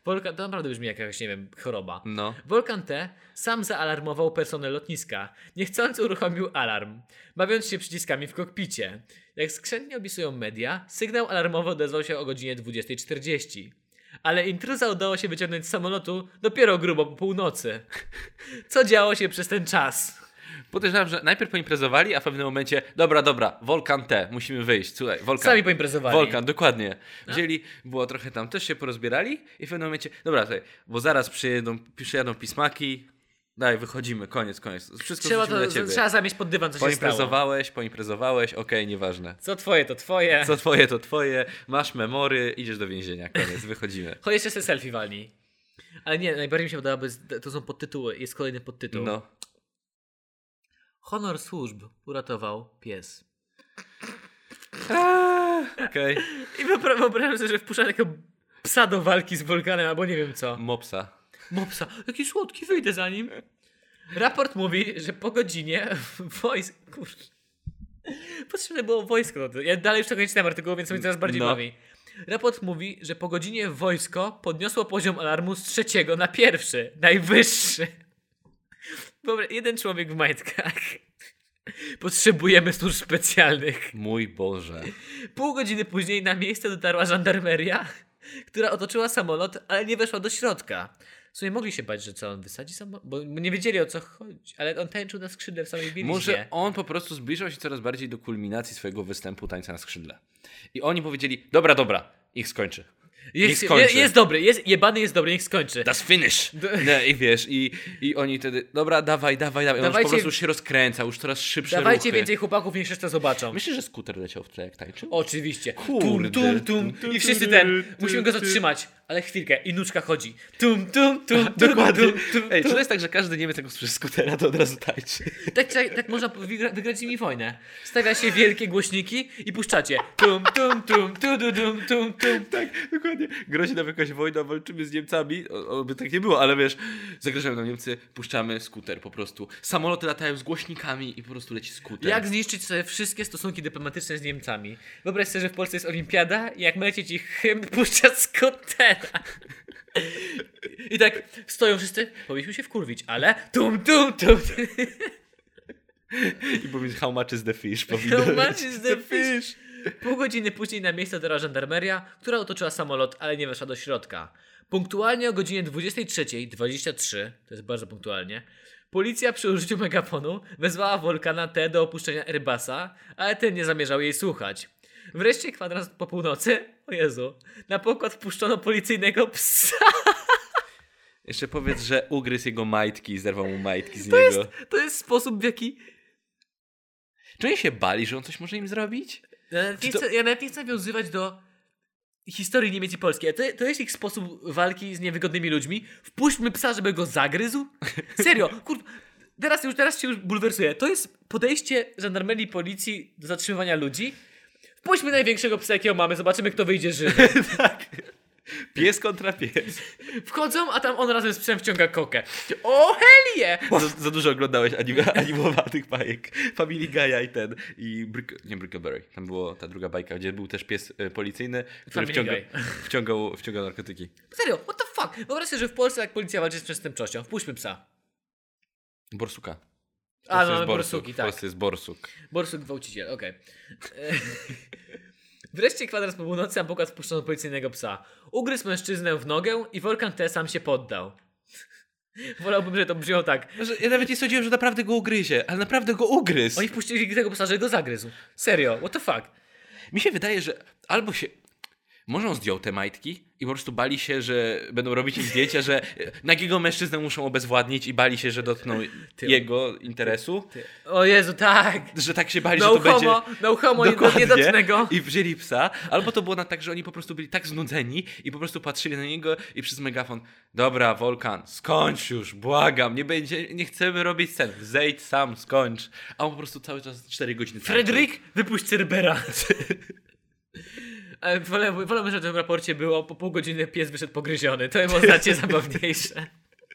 Wolkan, to naprawdę brzmi jak jakaś, nie wiem, choroba. No. Wolkan T. sam zaalarmował personel lotniska. Niechcący uruchomił alarm, bawiąc się przyciskami w kokpicie. Jak skrzętnie opisują media, sygnał alarmowy odezwał się o godzinie dwudziestej czterdzieści. Ale intruza udało się wyciągnąć z samolotu dopiero grubo po północy. Co działo się przez ten czas? Podejrzewam, że najpierw poimprezowali, a w pewnym momencie, dobra, dobra, Wolkan T, musimy wyjść, słuchaj, Wolkan. Sami poimprezowali. Wolkan, dokładnie. Wzięli, było trochę tam, też się porozbierali i w pewnym momencie, dobra, słuchaj, bo zaraz przyjedą, przyjadą pismaki, daj, wychodzimy, koniec, koniec. Wszystko Trzeba, wrzucimy to, dla ciebie. trzeba zamieść pod dywan, co się stało. Poimprezowałeś, poimprezowałeś, okej, nieważne. Co twoje, to twoje. Co twoje, to twoje, masz memory, idziesz do więzienia, koniec, wychodzimy. Chodź jeszcze sobie selfie walnij. Ale nie, najbardziej mi się podoba, bo jest- to są podtytuły, jest kolejny podtytuł. No. Honor służb uratował pies. Okej. I wypra- wyobrażam sobie, że wpuszcza takiego psa do walki z Wolkanem, albo nie wiem co. Mopsa. Mopsa, jaki słodki, wyjdę za nim. Raport mówi, że po godzinie wojsk... Kurczę. Potrzebne było wojsko. Ja dalej już tego nie czytam artykułu, więc mnie coraz bardziej No. bawi. Raport mówi, że po godzinie wojsko podniosło poziom alarmu z trzeciego na pierwszy. Najwyższy. Dobra, jeden człowiek w majtkach. Potrzebujemy służb specjalnych. Mój Boże. Pół godziny później na miejsce dotarła żandarmeria, która otoczyła samolot, ale nie weszła do środka. W sumie mogli się bać, że co, on wysadzi samolot? Bo nie wiedzieli, o co chodzi. Ale on tańczył na skrzydle w samej bieliźnie. Może on po prostu zbliżał się coraz bardziej do kulminacji swojego występu tańca na skrzydle. I oni powiedzieli, dobra, dobra, ich skończy. Niech Jest, skończy. je, jest dobry, jest, jebany jest dobry, niech skończy. Das finish! No i wiesz, i, i oni wtedy, dobra, dawaj, dawaj, dawaj. On już Dawajcie- po prostu już się rozkręca, już coraz szybsze Dawajcie ruchy. więcej chłopaków, niech jeszcze zobaczą. Myślisz, że skuter leciał w tle jak tańczył? Oczywiście. Kurde. Tum, tum, tum. I wszyscy ten. Musimy go zatrzymać. Ale chwilkę. I nuczka chodzi. Tum, tum, tum. Dokładnie. Tum, tum, tum, Ej, czy tum. to jest tak, że każdy Niemiec jak usłyszy skutera, to od razu tańczy? Tak, tak, tak można wygra, wygrać z nimi wojnę. Stawia się wielkie głośniki i puszczacie. Tum, tum, tum, tu, du, dum, tum, tum. Tak, dokładnie. Grozi nam jakaś wojna, walczymy z Niemcami. O, o, by tak nie było, ale wiesz, zagrażają nam Niemcy, puszczamy skuter po prostu. Samoloty latają z głośnikami i po prostu leci skuter. Jak zniszczyć sobie wszystkie stosunki dyplomatyczne z Niemcami? Wyobraź sobie, że w Polsce jest olimpiada i jak lecieć ich hymn, puszcza skutera. I tak stoją wszyscy, powinniśmy się wkurwić, ale tum, tum, tum. I powiedz, how much is the fish? Powinno How być. much is the fish? Pół godziny później na miejsce dotarła żandarmeria, która otoczyła samolot, ale nie weszła do środka. Punktualnie o godzinie dwudziestej trzeciej dwadzieścia trzy, to jest bardzo punktualnie, policja przy użyciu megafonu wezwała Wolkana T do opuszczenia Airbusa, ale ten nie zamierzał jej słuchać. Wreszcie kwadrans po północy, o Jezu, na pokład wpuszczono policyjnego psa. Jeszcze powiedz, że ugryzł jego majtki i zerwał mu majtki z niego. To jest sposób, w jaki... Czy oni się bali, że on coś może im zrobić? Ja nawet nie Czy to- chcę, ja nawet nie chcę nawiązywać do historii Niemiec i Polski. A to, to jest ich sposób walki z niewygodnymi ludźmi. Wpuśćmy psa, żeby go zagryzł? Serio, kurwa. Teraz już, teraz się już bulwersuję. To jest podejście żandarmerii, policji do zatrzymywania ludzi. Wpuśćmy największego psa, jakiego mamy, zobaczymy, kto wyjdzie żywy. Tak. Pies kontra pies. Wchodzą, a tam on razem z psem wciąga kokę. O, helie! Za, za dużo oglądałeś anim, animowanych bajek. Family Guy'a i ten. I Brick, nie Brickleberry. Tam była ta druga bajka, gdzie był też pies e, policyjny, który Family wciąga, Guy. wciągał, wciągał narkotyki. Serio, what the fuck? Wyobraź sobie, że w Polsce jak policja walczy z przestępczością. Wpuśćmy psa. Borsuka. W A, Polsce mamy jest borsuk. borsuki, W tak. Polsce jest borsuk. Borsuk gwałciciel, okej. E, Wreszcie kwadrans po północy, a pokład wpuszczono policyjnego psa. Ugryzł mężczyznę w nogę i Wolkan T. sam się poddał. Wolałbym, żeby to brzmiało tak. Że Ja nawet nie sądziłem, że naprawdę go ugryzie, ale naprawdę go ugryzł. Oni wpuścili tego psa, że go zagryzł. Serio, what the fuck? Mi się wydaje, że albo się... Może on zdjął te majtki i po prostu bali się, że będą robić im zdjęcia, że nagiego mężczyznę muszą obezwładnić i bali się, że dotkną Ty- jego interesu. Ty. O Jezu, tak! Że tak się bali, No że to homo, będzie... no homo, nie, Dokładnie. nie dotknę go. I wzięli psa. Albo to było na tak, że oni po prostu byli tak znudzeni i po prostu patrzyli na niego i przez megafon: dobra, Wolkan, skończ już, błagam, nie będzie, nie chcemy robić scen. Zejdź sam, skończ. A on po prostu cały czas cztery godziny tańczył. Fredrik, wypuść Cerbera. Ale wolę, wolę, że w tym raporcie było po pół godziny pies wyszedł pogryziony. To było znacznie zabawniejsze.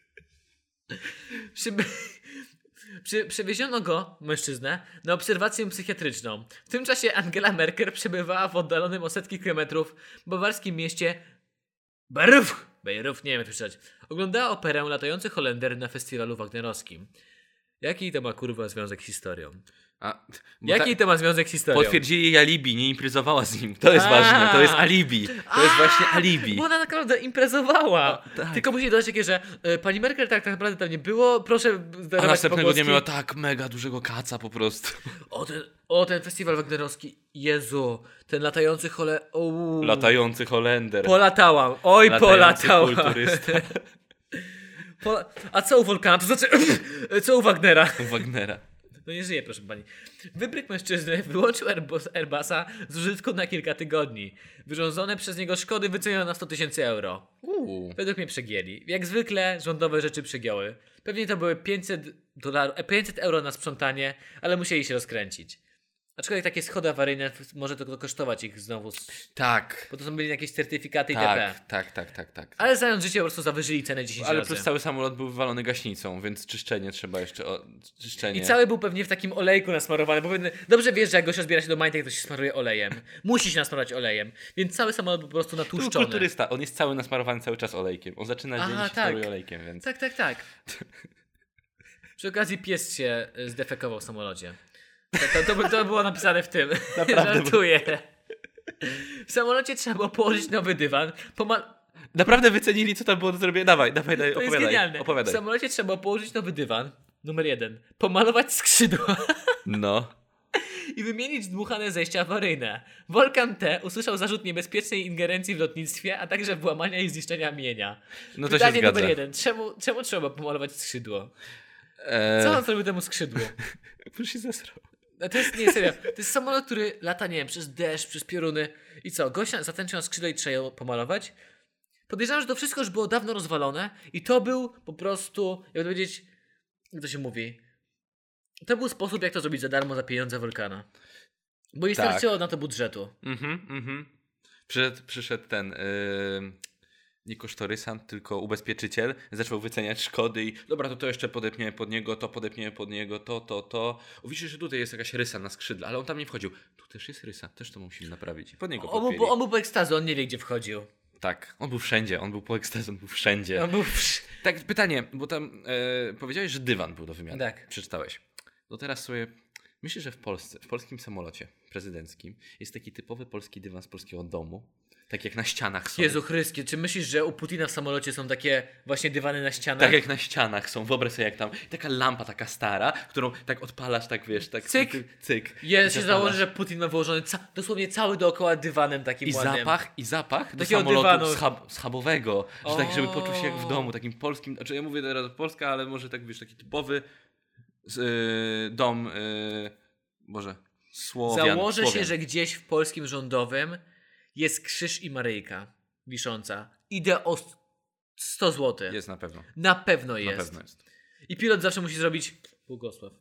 Przy, przy, przewieziono go, mężczyznę, na obserwację psychiatryczną. W tym czasie Angela Merkel przebywała w oddalonym o setki kilometrów bawarskim mieście Berw. Bejrów, nie wiem jak to przeczytać, oglądała operę Latający Holender na festiwalu wagnerowskim. Jaki to ma kurwa związek z historią? A, Jaki ta, to ma związek z historią? Potwierdzili jej alibi, nie imprezowała z nim. To jest A. ważne, to jest alibi. To jest A, właśnie alibi. Bo ona naprawdę imprezowała. A, tak. Tylko musi dodać takie, że e, pani Merkel tak, tak naprawdę tam nie było, proszę A darować następnego pogłoski. dnia miała tak mega dużego kaca po prostu. O ten, o ten festiwal wagnerowski, Jezu, ten latający chole... Uuu. Latający Holender. Polatałam, oj Latający polatałam. kulturysta. Pola... A co u Volkana, to znaczy, co u Wagnera? Wagnera. No nie żyje, proszę pani. Wybryk mężczyzny wyłączył Airbus, Airbusa z użytku na kilka tygodni. Wyrządzone przez niego szkody wyceniono na sto tysięcy euro. Uuu. Według mnie przegięli. Jak zwykle rządowe rzeczy przegięły. Pewnie to były pięćset dolarów, pięćset euro na sprzątanie, ale musieli się rozkręcić. Aczkolwiek takie schody awaryjne może to kosztować ich znowu, Tak. bo to są byli jakieś certyfikaty itp. Tak, tak, tak, tak, tak. Ale znając życie po prostu zawyżyli cenę dziesięć Ale razy. przez cały samolot był wywalony gaśnicą, więc czyszczenie trzeba jeszcze. O, czyszczenie. I cały był pewnie w takim olejku nasmarowany, bo pewnie, dobrze wiesz, że jak gościa zbiera się do majtek, to się smaruje olejem. Musi się nasmarować olejem. Więc cały samolot był po prostu To był natłuszczony. kulturysta, on jest cały nasmarowany cały czas olejkiem. On zaczyna dzień Aha, i się tak. smaruje olejkiem, więc. Tak, tak, tak. Przy okazji pies się y, zdefekował w samolocie. To, to, to, to było napisane w tym. Naprawdę. Żartuję. W samolocie trzeba było położyć nowy dywan. Pomal... Naprawdę wycenili, co tam było do zrobienia. Dawaj, dawaj, dawaj, To jest opowiadaj. genialne. W opowiadaj. samolocie trzeba było położyć nowy dywan. Numer jeden. Pomalować skrzydła. No. I wymienić dmuchane zejścia awaryjne. Volkan T. usłyszał zarzut niebezpiecznej ingerencji w lotnictwie, a także włamania i zniszczenia mienia. No to Pytanie się zgadza. numer jeden. Czemu, czemu trzeba pomalować skrzydło? Eee, Co on zrobił temu skrzydłu? Już się zesrał. No to jest, nie, serio. To jest samolot, który lata, nie wiem, przez deszcz, przez pioruny. I co? Gościa zatęczył na skrzydło i trzeba ją pomalować? Podejrzewam, że to wszystko już było dawno rozwalone i to był po prostu, jakby powiedzieć, jak to się mówi, to był sposób, jak to zrobić za darmo, za pieniądze Volkana. Bo nie Tak. starczyło na to budżetu. Mhm, mhm. Przyszedł, przyszedł ten, yy, nie kosztorysant, tylko ubezpieczyciel, zaczął wyceniać szkody i dobra, to to jeszcze podepniemy pod niego, to podepniemy pod niego, to, to, to. O, widzisz, że tutaj jest jakaś rysa na skrzydle, ale on tam nie wchodził. Tu też jest rysa, też to musimy naprawić. I pod niego On był, podpięli. on był po ekstazy, on nie wie, gdzie wchodził. Tak, on był wszędzie, on był po ekstazie, on był wszędzie. On był... Tak, pytanie, bo tam e, powiedziałeś, że dywan był do wymiany. Tak. Przeczytałeś. No teraz sobie, myślę, że w Polsce, w polskim samolocie prezydenckim jest taki typowy polski dywan z polskiego domu. Tak jak na ścianach są. Jezu Chrystie, czy myślisz, że u Putina w samolocie są takie właśnie dywany na ścianach? Tak jak na ścianach są, wyobraź sobie jak tam, taka lampa taka stara, którą tak odpalasz, tak wiesz, tak Cyk. cyk. Ja I się zapalasz. założę, że Putin ma wyłożony ca- dosłownie cały dookoła dywanem takim I ładnym. zapach, i zapach do Takiego samolotu dywanu. schab- schabowego, że tak, żeby O. poczuć się jak w domu, takim polskim, znaczy ja mówię teraz Polska, ale może tak wiesz, taki typowy z, y, dom, y, Boże, Słowian. Założę Słowian. się, że gdzieś w polskim rządowym jest krzyż i Maryjka wisząca. Idę o sto złotych. Jest na pewno, Na pewno jest. na pewno jest. I pilot zawsze musi zrobić Błogosław.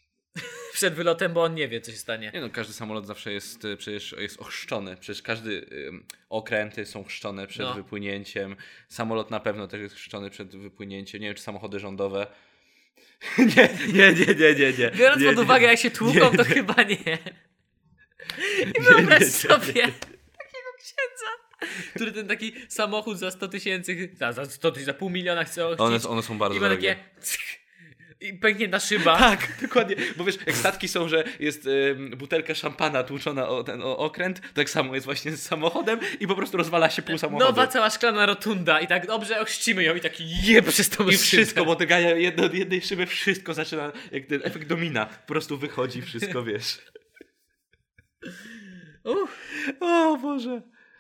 Przed wylotem, bo on nie wie, co się stanie. Nie no, każdy samolot zawsze jest y, przecież jest ochrzczony. Przecież każdy y, okręty są chrzczone przed No. wypłynięciem. Samolot na pewno też jest chrzczony przed wypłynięciem. Nie wiem, czy samochody rządowe. nie, nie, nie, nie, nie, nie. Biorąc nie, pod nie, uwagę, nie. jak się tłuką, Nie, to nie. chyba nie. I Nie, wyobraź nie, nie, sobie nie. takiego księdza, który ten taki samochód za sto tysięcy, za, za sto tysięcy, za pół miliona chce ochcić. One, one są bardzo I ma drogie. takie cyk, i pęknięta szyba. Tak, dokładnie. Bo wiesz, jak statki są, że jest ym, butelka szampana tłuczona o ten o okręt, tak samo jest właśnie z samochodem i po prostu rozwala się pół samochodu. Nowa cała szklana rotunda i tak dobrze ochrzcimy ją i taki je przez tą I szybę. wszystko, bo dogaja jedno, od jednej szyby, wszystko zaczyna, jak ten efekt domina, po prostu wychodzi wszystko, wiesz. Uff. O Boże.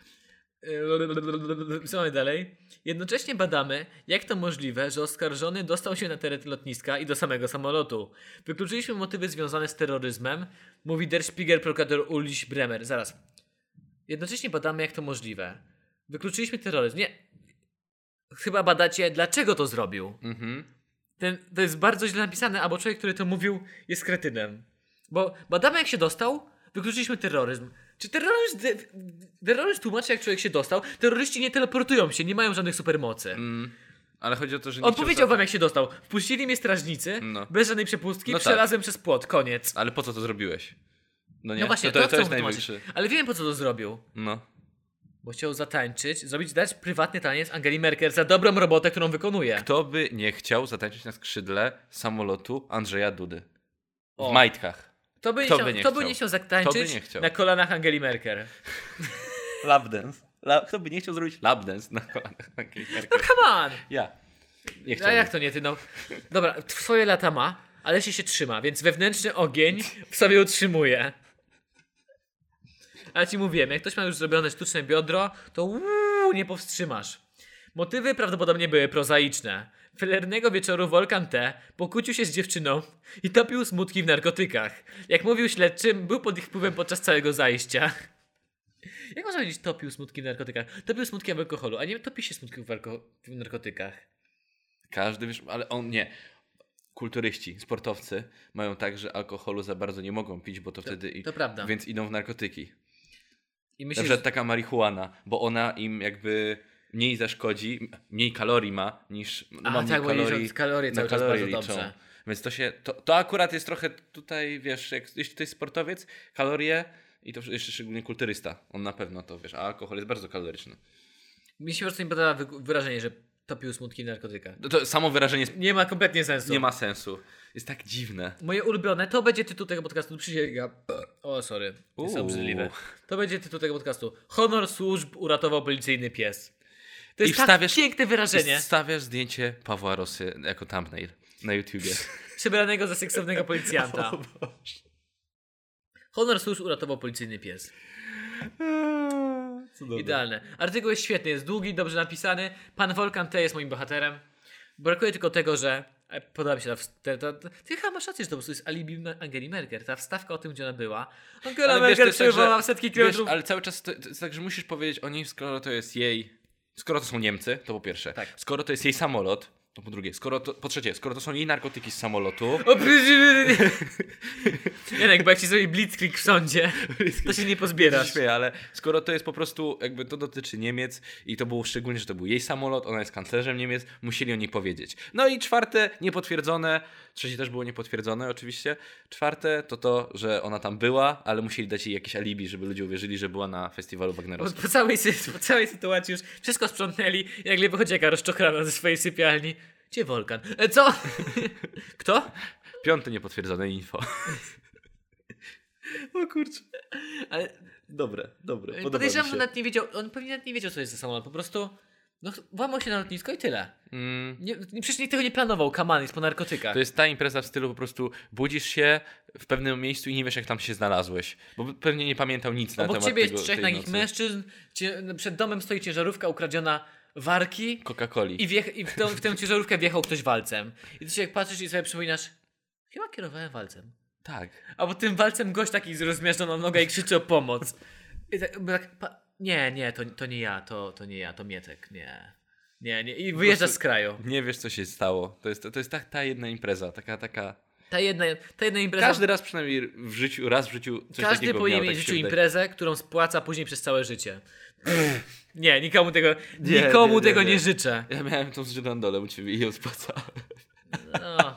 Co mamy dalej? Jednocześnie badamy, jak to możliwe, że oskarżony dostał się na teren lotniska i do samego samolotu. Wykluczyliśmy motywy związane z terroryzmem, mówi Der Spiegel prokurator Ulrich Bremer. Zaraz. Jednocześnie badamy, jak to możliwe. Wykluczyliśmy terroryzm. Nie. Chyba badacie, dlaczego to zrobił. Mhm. Ten, to jest bardzo źle napisane, albo człowiek, który to mówił, jest kretynem. Bo badamy, jak się dostał, wykluczyliśmy terroryzm. Czy terroryzm, de, terroryzm tłumaczy, jak człowiek się dostał? Terroryści nie teleportują się, nie mają żadnych supermocy. Mm, ale chodzi o to, że nie On chciał powiedział za- wam, jak się dostał. Wpuścili mnie strażnicy, No. bez żadnej przepustki, No tak. przelazłem przez płot, koniec. Ale po co to zrobić? No nie, No właśnie, to, to, to, chcę jest mu tłumaczyć. najwyższy. Ale wiem, po co to zrobił. No. Bo chciał zatańczyć, zrobić, dać prywatny taniec Angeli Merkel za dobrą robotę, którą wykonuje. Kto by nie chciał zatańczyć na skrzydle samolotu Andrzeja Dudy? W O. majtkach. To by, Kto chciał, by nie kto by chciał? nie chciał Kto by zatańczyć nie chciał? na kolanach Angeli Merkel? Lap dance. La- Kto by nie chciał zrobić lap dance na kolanach Angeli No Merkel? come on! Ja. Nie A chciałbym. jak to nie ty, no? Dobra, swoje lata ma, ale się się trzyma, więc wewnętrzny ogień w sobie utrzymuje. Ale ci mówiłem, jak ktoś ma już zrobione sztuczne biodro, to uuu, nie powstrzymasz. Motywy prawdopodobnie były prozaiczne. Felernego wieczoru Volkan T. pokłócił się z dziewczyną i topił smutki w narkotykach. Jak mówił śledczy, był pod ich wpływem podczas całego zajścia. Jak można powiedzieć topił smutki w narkotykach? Topił smutki w alkoholu, a nie topi się smutki w, alko- w narkotykach. Każdy, wiesz, ale on nie. Kulturyści, sportowcy mają tak, że alkoholu za bardzo nie mogą pić, bo to, wtedy... i- to prawda. Więc idą w narkotyki. I Na myślisz, przykład taka marihuana, bo ona im jakby mniej zaszkodzi, mniej kalorii ma niż no, A, ma tak, bo mniej liczą kalorie na cały czas kalorie bardzo liczą. dobrze. Więc to się, to, to akurat jest trochę tutaj, wiesz, jak, jeśli to jest sportowiec, kalorie i to jeszcze szczególnie kulturysta, on na pewno to, wiesz, a alkohol jest bardzo kaloryczny. mi się po prostu nie podoba wy- wyrażenie, że topił smutki w narkotykach. To, to samo wyrażenie jest, Nie ma kompletnie sensu. nie ma sensu. Jest tak dziwne. Moje ulubione, to będzie tytuł tego podcastu, przysięgam. O, sorry, jest Uuu. obrzydliwe. To będzie tytuł tego podcastu. Honor służb uratował policyjny pies. To jest I tak wstawiasz- piękne wyrażenie. I stawiasz zdjęcie Pawła Rosy jako thumbnail na YouTubie. Przebranego za seksownego policjanta. Honor służb uratował policyjny pies. Cudowne. Idealne. Artykuł jest świetny, jest długi, dobrze napisany. Pan Volkan T. jest moim bohaterem. Brakuje tylko tego, że e, podoba mi się ta, wst- ta, ta, ta ty chyba masz rację, że to po prostu jest alibi Ma- Angeli Merkel. Ta wstawka o tym, gdzie ona była. Angela Ale wiesz, to Merkel jest tak, że- przebywała setki Wiesz, kilometrów. ale cały czas to, to jest tak, że musisz powiedzieć o niej, skoro to jest jej... Skoro to są Niemcy, to po pierwsze. Tak. Skoro to jest jej samolot, to po drugie. Skoro to, po trzecie, skoro to są jej narkotyki z samolotu... O, przy- Janek, bo jak ci zrobi blitzkrieg w sądzie, to się nie pozbierasz. Śmieję, ale skoro to jest po prostu, jakby to dotyczy Niemiec i to było szczególnie, że to był jej samolot, ona jest kanclerzem Niemiec, musieli o niej powiedzieć. No i czwarte, niepotwierdzone, trzecie też było niepotwierdzone oczywiście, czwarte to to, że ona tam była, ale musieli dać jej jakieś alibi, żeby ludzie uwierzyli, że była na festiwalu Po, wagnerowskim. po, całej, sy- po całej sytuacji już wszystko sprzątnęli i nagle wychodzi jaka rozczochrana ze swojej sypialni. Gdzie Volkan? E, co? Kto? Piąte niepotwierdzone info. O kurczę. Ale Dobre, dobre. podejrzewam, że nawet nie wiedział, on pewnie nawet nie wiedział, co jest za samolot. Po prostu no, włamał się na lotnisko i tyle. Mm, Nie, nie, przecież nikt tego nie planował, kaman jest po narkotykach. to jest ta impreza w stylu po prostu budzisz się w pewnym miejscu i nie wiesz, jak tam się znalazłeś. Bo pewnie nie pamiętał nic na Obok temat ciebie tego, jest trzech tej nagich nocy. mężczyzn, cie, przed domem stoi ciężarówka ukradziona warki Coca-Coli. i, wjech, i w, tą, w tę ciężarówkę wjechał ktoś walcem. I ty się jak patrzysz i sobie przypominasz, chyba kierowałem walcem. Tak. A po tym walcem gość taki z rozmiażdżoną nogę i krzyczy o pomoc. I tak, bo tak pa- nie, nie, to, to nie ja, to, to nie ja, to Mietek, nie. Nie, nie. I wyjeżdża z kraju. Nie wiesz, co się stało. To jest, to jest ta, ta jedna impreza, taka, taka... Ta jedna, ta jedna impreza. Każdy raz przynajmniej w życiu, raz w życiu coś Każdy takiego powinien miał, mieć tak w się życiu wydaje. imprezę, którą spłaca później przez całe życie. Nie, nikomu tego, Nie, nikomu nie, nie, tego nie. nie życzę. Ja miałem tą z żyrandolem u ciebie i ją spłacałem. No.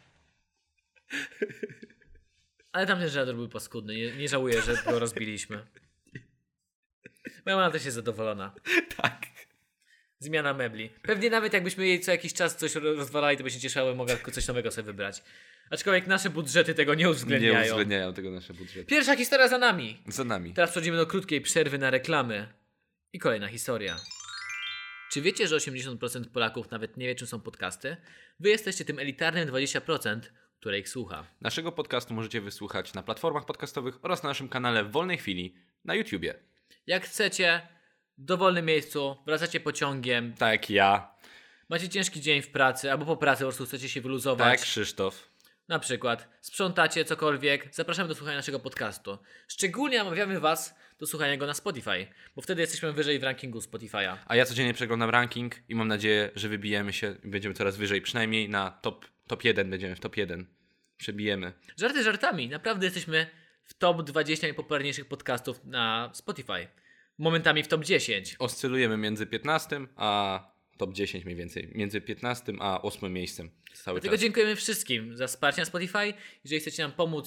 Ale tamten żadr był paskudny. Nie, nie żałuję, że go rozbiliśmy. Moja mama też jest zadowolona. Tak. Zmiana mebli. Pewnie nawet jakbyśmy jej co jakiś czas coś rozwalali, to by się cieszyła, mogła tylko coś nowego sobie wybrać. Aczkolwiek nasze budżety tego nie Nie uwzględniają. uwzględniają tego nasze budżety. Pierwsza historia za nami. Za nami. Teraz przechodzimy do krótkiej przerwy na reklamy. I kolejna historia. Czy wiecie, że osiemdziesiąt procent Polaków nawet nie wie, czym są podcasty? Wy jesteście tym elitarnym dwadzieścia procent, które ich słucha. Naszego podcastu możecie wysłuchać na platformach podcastowych oraz na naszym kanale w wolnej chwili na YouTubie. Jak chcecie, w dowolnym miejscu, wracacie pociągiem, Tak jak ja. macie ciężki dzień w pracy, albo po pracy po prostu chcecie się wyluzować. Tak jak Krzysztof. Na przykład sprzątacie cokolwiek, zapraszamy do słuchania naszego podcastu. Szczególnie namawiamy Was do słuchania go na Spotify, bo wtedy jesteśmy wyżej w rankingu Spotify'a. A ja codziennie przeglądam ranking i mam nadzieję, że wybijemy się i będziemy coraz wyżej. Przynajmniej na top, top jeden będziemy w top jeden. Przebijemy. Żarty żartami, naprawdę jesteśmy w top dwadzieścia najpopularniejszych podcastów na Spotify. Momentami w top dziesięć. Oscylujemy między piętnastym a top dziesięć mniej więcej. Między piętnastym a ósmym miejscem. Cały Dlatego czas. dziękujemy wszystkim za wsparcie na Spotify. Jeżeli chcecie nam pomóc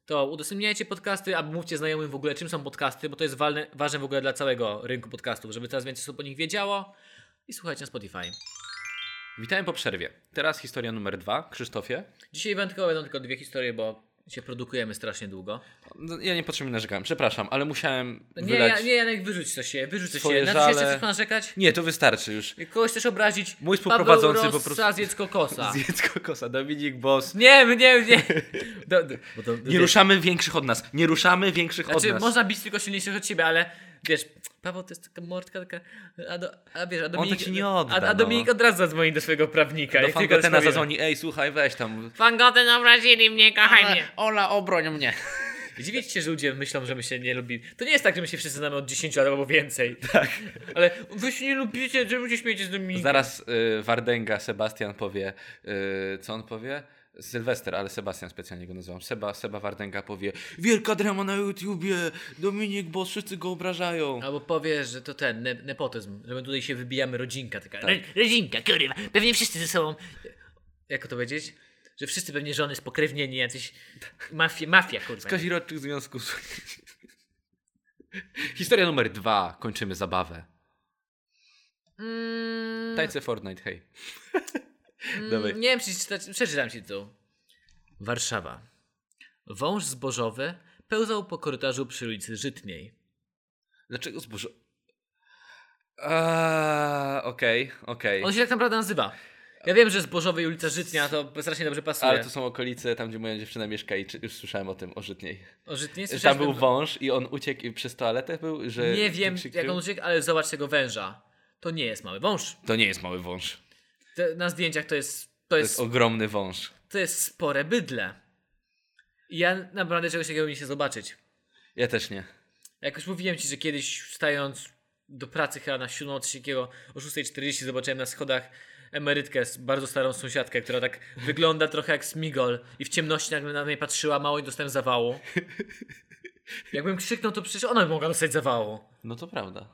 to udostępniajcie podcasty, albo mówcie znajomym w ogóle, czym są podcasty, bo to jest walne, ważne w ogóle dla całego rynku podcastów, żeby coraz więcej osób o nich wiedziało i słuchajcie na Spotify. Witajmy po przerwie. Teraz historia numer dwa. Krzysztofie. Dzisiaj wędkowe będą tylko dwie historie, bo się produkujemy strasznie długo. No, ja niepotrzebnie narzekałem, przepraszam, ale musiałem Nie, wylać... ja, nie Janek, wyrzuć coś się, wyrzuć coś swoje się. Na coś jeszcze żale. chcesz narzekać? Nie, to wystarczy już. Jak kogoś chcesz obrazić? Mój współprowadzący Paweł po prostu... Rossa, zjedz kokosa. Zjedz kokosa, Dominik Boss. Nie, nie, nie. Do, do, bo to, Nie ruszamy większych od nas. Nie ruszamy większych Znaczy, od nas. można bić tylko silniejszych od siebie, ale wiesz, Paweł to jest taka mordka, taka. A, do, a wiesz, a Dominik. ci nie odda, a, a Dominik no. od razu zadzwoni do swojego prawnika. Do jak tylko Fangotena rozmawiamy. zadzwoni, ej, słuchaj, weź tam. Fangoten obrazili mnie, kochaj mnie. Ola, obroń mnie. Dziwię się, że ludzie myślą, że my się nie lubimy. To nie jest tak, że my się wszyscy znamy od dziesięciu lat albo więcej. Tak. Ale wy się nie lubicie, że wy się śmiejecie z Dominikiem. Zaraz y, Wardęga, Sebastian powie, y, co on powie? Sylwester, ale Sebastian specjalnie go nazywam. Seba, Seba Wardęga powie, wielka drama na YouTubie, Dominik, bo wszyscy go obrażają. Albo powiesz, że to ten ne nepotyzm, że my tutaj się wybijamy rodzinka taka. Tak. Ro rodzinka, kurwa. Pewnie wszyscy ze sobą. Jak to powiedzieć? Że wszyscy pewnie żony spokrewnieni, jacyś mafia, mafia kurwa. Z kazirodczych związków. Historia numer dwa. Kończymy zabawę. Mm, Tańce Fortnite, hej. mm, Dawaj. nie wiem, przeczytać, przeczytam ci tu. Warszawa. Wąż zbożowy pełzał po korytarzu przy ulicy Żytniej. Dlaczego zbożo... Eee, Okej, okej. On się tak naprawdę nazywa. Ja wiem, że zbożowy i ulica Żytnia to strasznie dobrze pasuje. Ale to są okolice tam, gdzie moja dziewczyna mieszka i czy- już słyszałem o tym, o Żytniej. O Żytniej? Tam Słyszałeś, był że- wąż i on uciekł i przez toaletę był, że... Nie wiem, krzyk jak krył. on uciekł, ale zobacz tego węża. To nie jest mały wąż. To nie jest mały wąż. Te, na zdjęciach to jest, to To jest, jest ogromny wąż. to jest spore bydle. I ja naprawdę czegoś takiego nie chcę zobaczyć. Ja też nie. Jak już mówiłem ci, że kiedyś wstając do pracy chyba na siódmą, coś takiego, o szósta czterdzieści zobaczyłem na schodach emerytkę, z bardzo starą sąsiadkę, która tak wygląda trochę jak Smigol i w ciemności nagle na mnie patrzyła mało i dostałem zawału. Jakbym krzyknął, to przecież ona by mogła dostać zawału. No to prawda.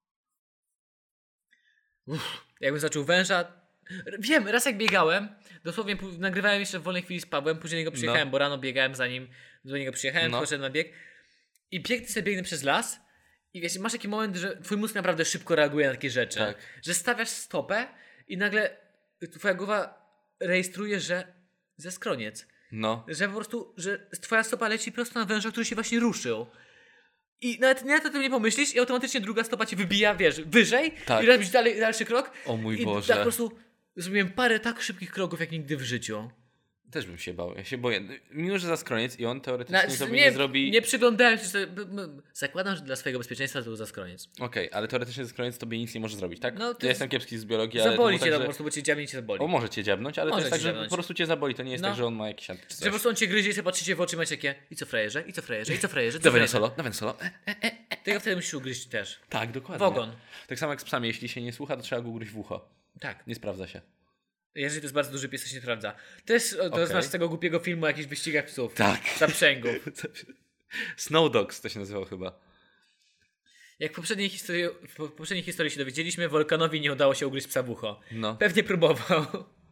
Uff, jakbym zaczął węża... Wiem, raz jak biegałem, dosłownie pu- nagrywałem jeszcze w wolnej chwili z Pawłem, później do niego przyjechałem, No. bo rano biegałem zanim do niego przyjechałem, No. poszedłem na bieg i biegnę sobie biegnę przez las i wiesz, masz taki moment, że twój mózg naprawdę szybko reaguje na takie rzeczy, Tak. że stawiasz stopę i nagle twoja głowa rejestruje, że ze skroniec, No. że po prostu, że twoja stopa leci prosto na węża, który się właśnie ruszył. I nawet, nawet o tym nie pomyślisz i automatycznie druga stopa cię wybija, wiesz, wyżej Tak. i robisz dalej, dalszy krok. O mój I Boże. tak po prostu zrobiłem parę tak szybkich kroków jak nigdy w życiu. Też bym się bał. Ja się boję. Mimo, że za skroniec i on teoretycznie Na, sobie nie, nie zrobi... nie przyglądałem się, sobie, b- b- zakładam, że dla swojego bezpieczeństwa to był za skroniec. Okej, ale teoretycznie za skroniec tobie nic nie może zrobić, tak? No, to ja jestem kiepski z biologii, ale... Zaboli to cię było to po tak, prostu, bo cię dziabnie cię zaboli. że... O, może cię dziabnąć, ale Może to jest tak, cię że dziabnąć. po prostu cię zaboli. To nie jest No. tak, że on ma jakiś anty czy Że coś. po prostu on cię gryzie i sobie patrzycie w oczy i macie takie i co frajerze, i co frajerze, i co frajerze, co Dawaj na frajerze. solo, dawaj na solo. E, Tego wtedy musisz ugryźć też. tak, dokładnie. W ogon. Tak samo jak z psami, jeśli się nie słucha, to trzeba go ugryźć w ucho. Tak. Nie sprawdza się. Jeżeli to jest bardzo duży pies, to się nie sprawdza. To jest, to Okej. znasz z tego głupiego filmu o jakichś wyścigach psów. Tak. Zaprzęgów. Snow Dogs to się nazywał chyba. Jak w poprzedniej historii, w poprzedniej historii się dowiedzieliśmy, Wolkanowi nie udało się ugryźć psa w ucho. No. Pewnie próbował.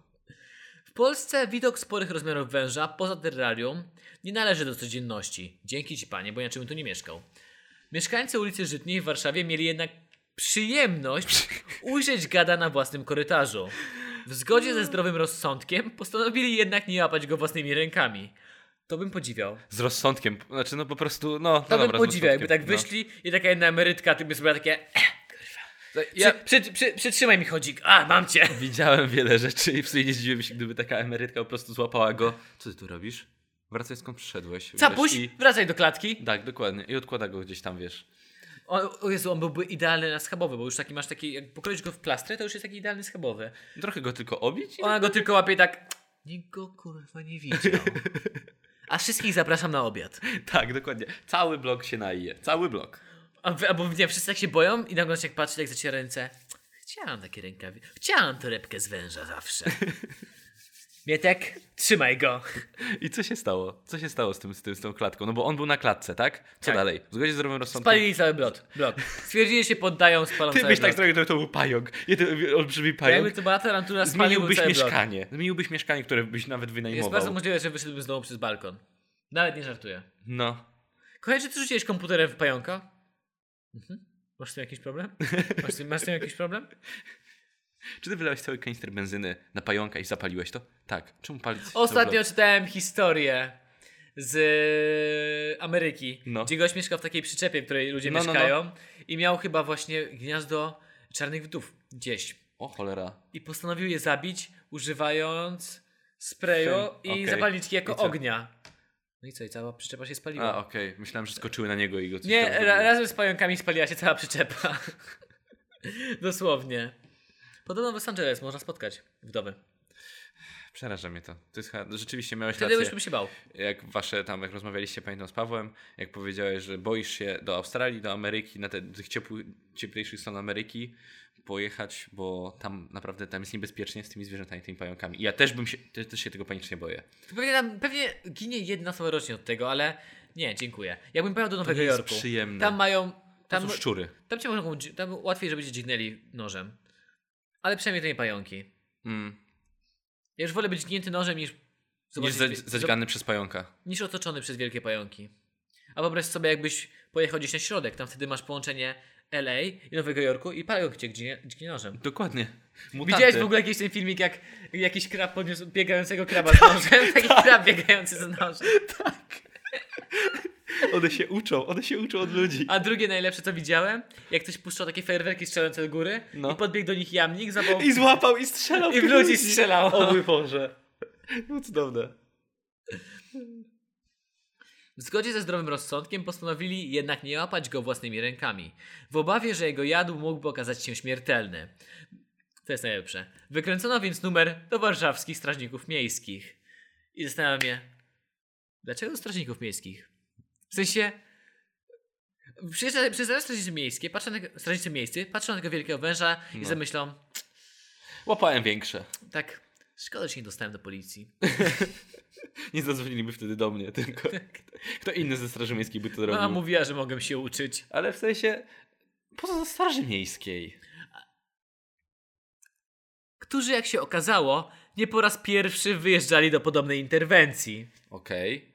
W Polsce widok sporych rozmiarów węża poza terrarium nie należy do codzienności. Dzięki ci panie, bo inaczej bym tu nie mieszkał. Mieszkańcy ulicy Żytniej w Warszawie mieli jednak przyjemność ujrzeć gada na własnym korytarzu. W zgodzie ze zdrowym rozsądkiem postanowili jednak nie łapać go własnymi rękami. To bym podziwiał. Z rozsądkiem. Znaczy, no po prostu, no. To no bym dobra, z podziwiał, jakby tak rozsądkiem, wyszli i taka jedna emerytka, ty by zrobiła takie No. Ja przy, przy, przy, przytrzymaj mi chodzik, a mam cię. widziałem wiele rzeczy i w sumie nie zdziwiłbym się, gdyby taka emerytka po prostu złapała go. Co ty tu robisz? Wracaj skąd przyszedłeś. wiesz, Capuś, i... wracaj do klatki. Tak, dokładnie. I odkłada go gdzieś tam, wiesz. O, o Jezu, on byłby idealny na schabowy, bo już taki masz taki, jak pokroisz go w plastrę, to już jest taki idealny schabowy. Trochę go tylko obić i... Ona go tylko łapie i tak, nikt go kurwa nie widział. A wszystkich zapraszam na obiad. Tak, dokładnie. Cały blok się naje. Cały blok. A wy, albo nie, wszyscy tak się boją i nagle się jak patrzy, jak zaciera ręce. Chciałam takie rękawy. Chciałam torebkę z węża zawsze. Mietek, trzymaj go. I co się stało? Co się stało z tym, z tym, z tą klatką? No bo on był na klatce, tak? Co Tak. dalej? W zgodzie z zdrowym rozsądkiem. Spalili cały blok. blok. Stwierdzili, że się poddają, spalą Ty cały byś tak blok. zrobił, to, to był pająk. Jeden olbrzymi pająk. Jakby to była tarantura, spaliłby Zmieniłbyś cały blok. mieszkanie. Zmieniłbyś mieszkanie, które byś nawet Jest wynajmował. bardzo możliwe, że wyszedłbym z domu przez balkon. Nawet nie żartuję. No. Kochaj, czy ty rzuciłeś komputerem w pająka? Mhm. Masz z tym jakiś problem? Masz z tym, masz z tym jakiś problem? Czy ty wylałeś cały kanister benzyny na pająka i zapaliłeś to? Tak. Czemu palić? Ostatnio czytałem historię z Ameryki, No. gdzie gość mieszkał w takiej przyczepie, w której ludzie No, no, no. mieszkają i miał chyba właśnie gniazdo czarnych wdów gdzieś. O cholera. I postanowił je zabić, używając sprayu Fej- i okej. zapalniczki jako I co? ognia. No i co, i cała przyczepa się spaliła. A, okej. Okay. Myślałem, że skoczyły na niego i go coś Nie, tam ra- zrobiło. razem z pająkami spaliła się cała przyczepa. Dosłownie. Podobno w Los Angeles można spotkać wdowy. Przeraża mnie to. To jest chyba... Rzeczywiście miałeś Wtedy rację. już bym się bał. Jak wasze tam, jak rozmawialiście, pamiętam z Pawłem, jak powiedziałeś, że boisz się do Australii, do Ameryki, na te, do tych ciepły, cieplejszych stron Ameryki pojechać, bo tam naprawdę tam jest niebezpiecznie z tymi zwierzętami, tymi pająkami. I ja też bym się, też, też się tego panicznie boję. Pewnie, tam, pewnie ginie jedna osoba rocznie od tego, ale nie, dziękuję. Jakbym pojechał do Nowego nie jest Jorku. przyjemne. Tam mają... Tam Tam, są szczury. tam, cię mogą, tam łatwiej, żeby cię dźgnęli nożem. Ale przynajmniej to nie pająki. Mm. Ja już wolę być dźgnięty nożem niż... Niż zobaczyć- za- zadźgany przez pająka. niż otoczony przez wielkie pająki. A wyobraź sobie, jakbyś pojechał gdzieś na środek, tam wtedy masz połączenie L A i Nowego Jorku i pająk cię dźgnie, dźgnie nożem. Dokładnie. Mutanty. Widziałeś w ogóle jakiś ten filmik, jak jakiś krab podniósł biegającego kraba z nożem? Taki krab biegający z nożem. One się uczą, one się uczą od ludzi. A drugie najlepsze, co widziałem, jak ktoś puszczał takie fajerwerki strzelające do góry No. i podbiegł do nich jamnik, zapał... I złapał i strzelał. I w ludzi strzelał. O mój Boże. No cudowne. W zgodzie ze zdrowym rozsądkiem postanowili jednak nie łapać go własnymi rękami. W obawie, że jego jadł mógłby okazać się śmiertelny. To jest najlepsze. Wykręcono więc numer do warszawskich strażników miejskich. I zastanawiam się, dlaczego do strażników miejskich? W sensie, przyjeżdżają przyjeżdżają strażnicy miejskie, patrzą na tego, strażnicy miejscy, patrzą na tego wielkiego węża i No. zamyślą, Łapałem większe. tak, szkoda, że nie dostałem do policji. Nie zadzwoniliby wtedy do mnie, tylko kto inny ze Straży Miejskiej by to robił. Mama mówiła, że mogę się uczyć. Ale w sensie, poza Straży Miejskiej. Którzy, jak się okazało, nie po raz pierwszy wyjeżdżali do podobnej interwencji. Okej.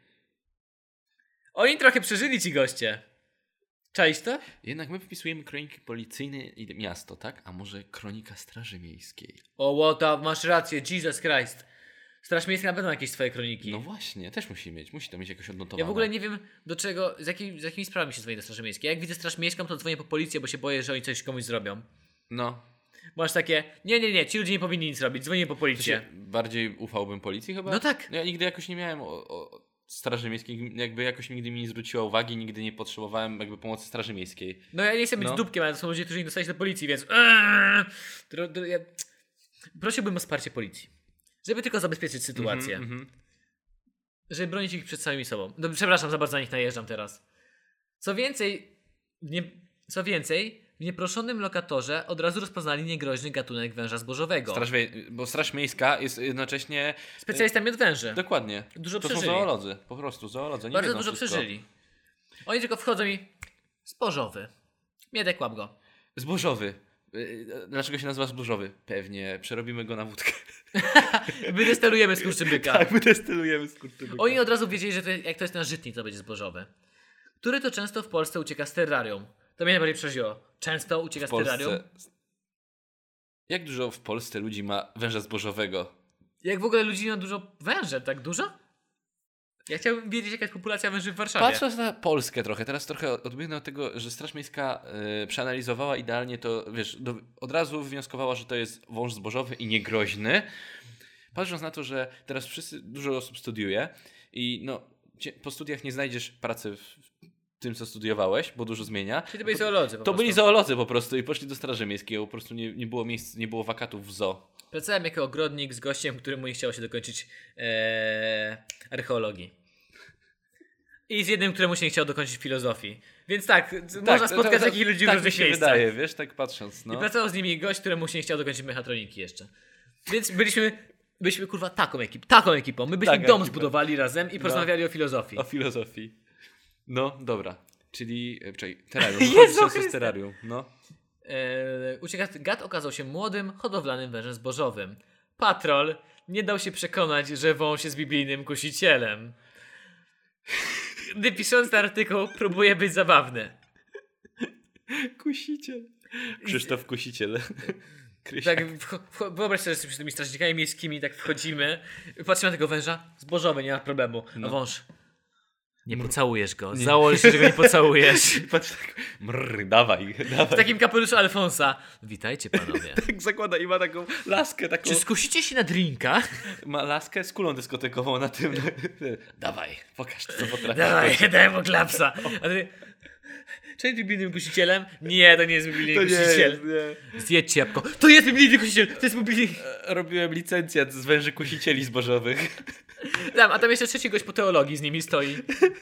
Oni trochę przeżyli, ci goście. Czaisz to? Jednak my wpisujemy kroniki policyjne i miasto, tak? A może kronika Straży Miejskiej? O, łota, masz rację, Jesus Christ. Straż Miejska na pewno ma jakieś swoje kroniki. No właśnie, też musi mieć. Musi to mieć jakoś odnotowane. Ja w ogóle nie wiem, do czego, z, jakiej, z jakimi sprawami się dzwoni do Straży Miejskiej. Jak widzę Straż Miejską, to dzwonię po policję, bo się boję, że oni coś komuś zrobią. No. Masz takie, nie, nie, nie, ci ludzie nie powinni nic robić, dzwonię po To policję. się bardziej ufałbym policji chyba? No tak. Ja nigdy jakoś nie miałem o, o Straży Miejskiej, jakby jakoś nigdy mi nie zwróciła uwagi, nigdy nie potrzebowałem jakby pomocy Straży Miejskiej. No ja nie chcę być No. dupkiem, ale to są ludzie, którzy nie dostali się do policji, więc... Eee, tro, tro, ja... Prosiłbym o wsparcie policji. Żeby tylko zabezpieczyć sytuację. Mhm, mhm. Żeby bronić ich przed samymi sobą. No, przepraszam, za bardzo na nich najeżdżam teraz. Co więcej, w nie, co więcej, w nieproszonym lokatorze od razu rozpoznali niegroźny gatunek węża zbożowego. Straż, wie- bo Straż Miejska jest jednocześnie... Specjalistami od węży. Dokładnie. Dużo to przeżyli. są zoolodzy, po prostu zoolodzy. Nie Bardzo wiedzą dużo wszystko. przeżyli. Oni tylko wchodzą i... Zbożowy. Miedek, łap go. Zbożowy. Y, Dlaczego się nazywa zbożowy? Pewnie przerobimy go na wódkę. Wydestelujemy skurczybyka. Tak, my destylujemy skurczybyka. Oni od razu wiedzieli, że to, jak to jest na żytnik, to będzie zbożowy. Który to często w Polsce ucieka z terrarium. To mnie najbardziej przeraziło. Często ucieka w z terrarium. Polsce... Jak dużo w Polsce ludzi ma węża zbożowego? Jak w ogóle ludzi ma dużo węży, tak dużo? Ja chciałbym wiedzieć, jaka jest populacja węży w Warszawie. Patrząc na Polskę trochę, teraz trochę odbiegnę od tego, że Straż Miejska y, przeanalizowała idealnie to, wiesz, do, od razu wywnioskowała, że to jest wąż zbożowy i niegroźny. Patrząc na to, że teraz wszyscy, dużo osób studiuje i no, cie- po studiach nie znajdziesz pracy w, w tym, co studiowałeś, bo dużo zmienia. Czyli to byli zoolodzy po To prostu. byli zoolodzy po prostu i poszli do Straży Miejskiej, bo po prostu nie, nie było miejsc, nie było wakatów w zoo. Pracowałem jako ogrodnik z gościem, któremu nie chciało się dokończyć ee, archeologii. I z jednym, któremu się nie chciało dokończyć filozofii. Więc tak, c- można spotkać takich ludzi w tak różnych mi się miejscach. wydaje, wiesz, tak patrząc. I No. pracował z nimi gość, któremu się nie chciało dokończyć mechatroniki jeszcze. Więc byliśmy, byliśmy kurwa taką ekipą, taką ekipą. My byśmy Taka dom ekipa. zbudowali razem i porozmawiali o filozofii. O filozofii. No, dobra. Czyli, e, czekaj, terrarium. Jezu Chodzi często Chryste. z terrarium. No. Eee, ucieka, gad okazał się młodym, hodowlanym wężem zbożowym. Patrol nie dał się przekonać, że wąż jest biblijnym kusicielem. Gdy pisząc ten artykuł, próbuję być zabawny. Kusiciel. Krzysztof Kusiciel. Tak, wcho- wcho- wyobraź sobie, że jesteśmy tymi strażnikami miejskimi, tak wchodzimy, patrzymy na tego węża, zbożowy, nie ma problemu. No. A wąż, nie pocałujesz go, założ się, że go nie pocałujesz. Patrz tak, mrr, dawaj, dawaj. W takim kapeluszu Alfonsa. Witajcie panowie. Tak zakłada i ma taką laskę, taką... Czy skusicie się na drinka? Ma laskę z kulą dyskotekową na tym. Dawaj, pokaż co potrafisz. Dawaj, daj mu klapsa. A ty... Czy jest biblijnym kusicielem? Nie, to nie jest biblijny To nie kusiciel. jest, nie. Zjedźcie jabłko. To jest biblijny kusiciel, to jest biblijny... Robiłem licencjat z węży kusicieli zbożowych. Tam, a tam jeszcze trzeci gość po teologii z nimi stoi.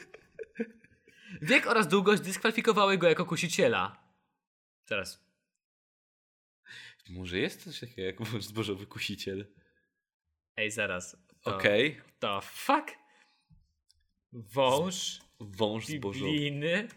Wiek oraz długość dyskwalifikowały go jako kusiciela. Teraz. Może jest coś takiego jak wąż zbożowy kusiciel? Ej, zaraz. To, Okej. To fuck? Wąż Wąż zbożowy. biblijny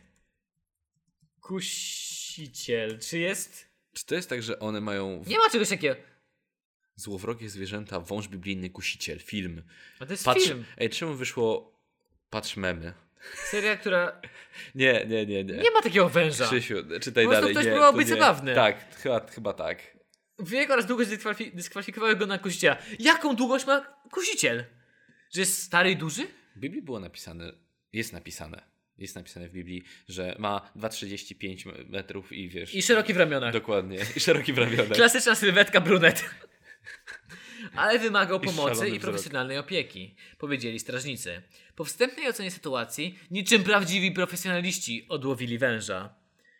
kusiciel. Czy jest... Czy to jest tak, że one mają w... Nie ma czegoś takiego. Złowrogie zwierzęta, wąż biblijny kusiciel, film. A to jest Patrz... film. Ej, czemu wyszło Patrz memy? Seria, która... Nie, nie, nie, nie. Nie ma takiego węża. Krzysiu, czytaj Po prostu dalej. ktoś nie, próbował to być nie. zabawny. Tak, chyba, chyba tak. Wiek oraz długość dyskwalif- dyskwalifikowały go na kusiciela. Jaką długość ma kusiciel? Że jest stary i duży? W Biblii było napisane, jest napisane, jest napisane w Biblii, że ma dwa przecinek trzydzieści pięć metrów i wiesz... I szeroki w ramionach. Dokładnie, i szeroki w ramionach. Klasyczna sylwetka brunet. Ale wymagał I pomocy szalony i wzrok. profesjonalnej opieki, powiedzieli strażnicy. Po wstępnej ocenie sytuacji, niczym prawdziwi profesjonaliści odłowili węża.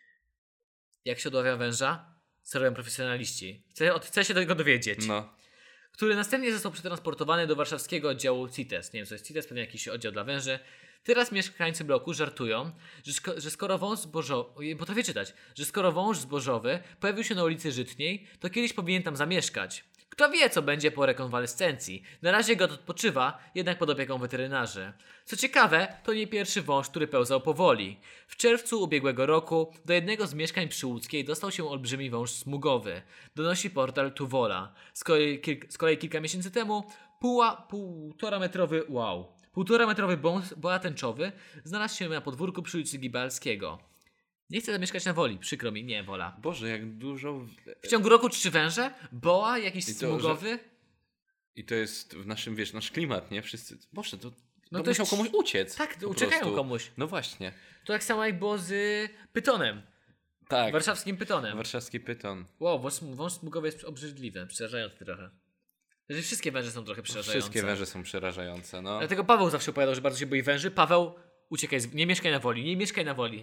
Jak się odławia węża? Co robią profesjonaliści? Chcę, od- chcę się tego dowiedzieć. No, Który następnie został przetransportowany do warszawskiego oddziału C I T E S. Nie wiem, co jest C I T E S, pewnie jakiś oddział dla węży. Teraz mieszkańcy bloku żartują, że, sko- że skoro wąż zbożowy, potrafię czytać, że skoro wąż zbożowy pojawił się na ulicy Żytniej, to kiedyś powinien tam zamieszkać. Kto wie, co będzie po rekonwalescencji. Na razie go odpoczywa, jednak pod opieką weterynarzy. Co ciekawe, to nie pierwszy wąż, który pełzał powoli. W czerwcu ubiegłego roku do jednego z mieszkań przy Łódzkiej dostał się olbrzymi wąż smugowy. Donosi portal Tuwola. Z kolei, kilk- z kolei kilka miesięcy temu póła, półtora metrowy, wow, półtora metrowy wąż boa tęczowy znalazł się na podwórku przy ulicy Gibalskiego. Nie chcę zamieszkać na Woli, przykro mi, nie Wola. Boże, jak dużo... W ciągu roku trzy węże, boa, jakiś I to, smugowy. I to jest w naszym, wiesz, nasz klimat, nie? Wszyscy... Boże, to, No to to musiał jest- komuś uciec. Tak, po uciekają prostu. komuś. No właśnie. To tak samo jak było z y, pytonem, Tak. warszawskim pytonem. Warszawski pyton. Wow, wąż, wąż smugowy jest obrzydliwy, przerażający trochę. Znaczy wszystkie węże są trochę przerażające. Wszystkie węże są przerażające, no. Dlatego Paweł zawsze opowiadał, że bardzo się boi węży. Paweł, uciekaj, z... nie mieszkaj na Woli, nie mieszkaj na Woli.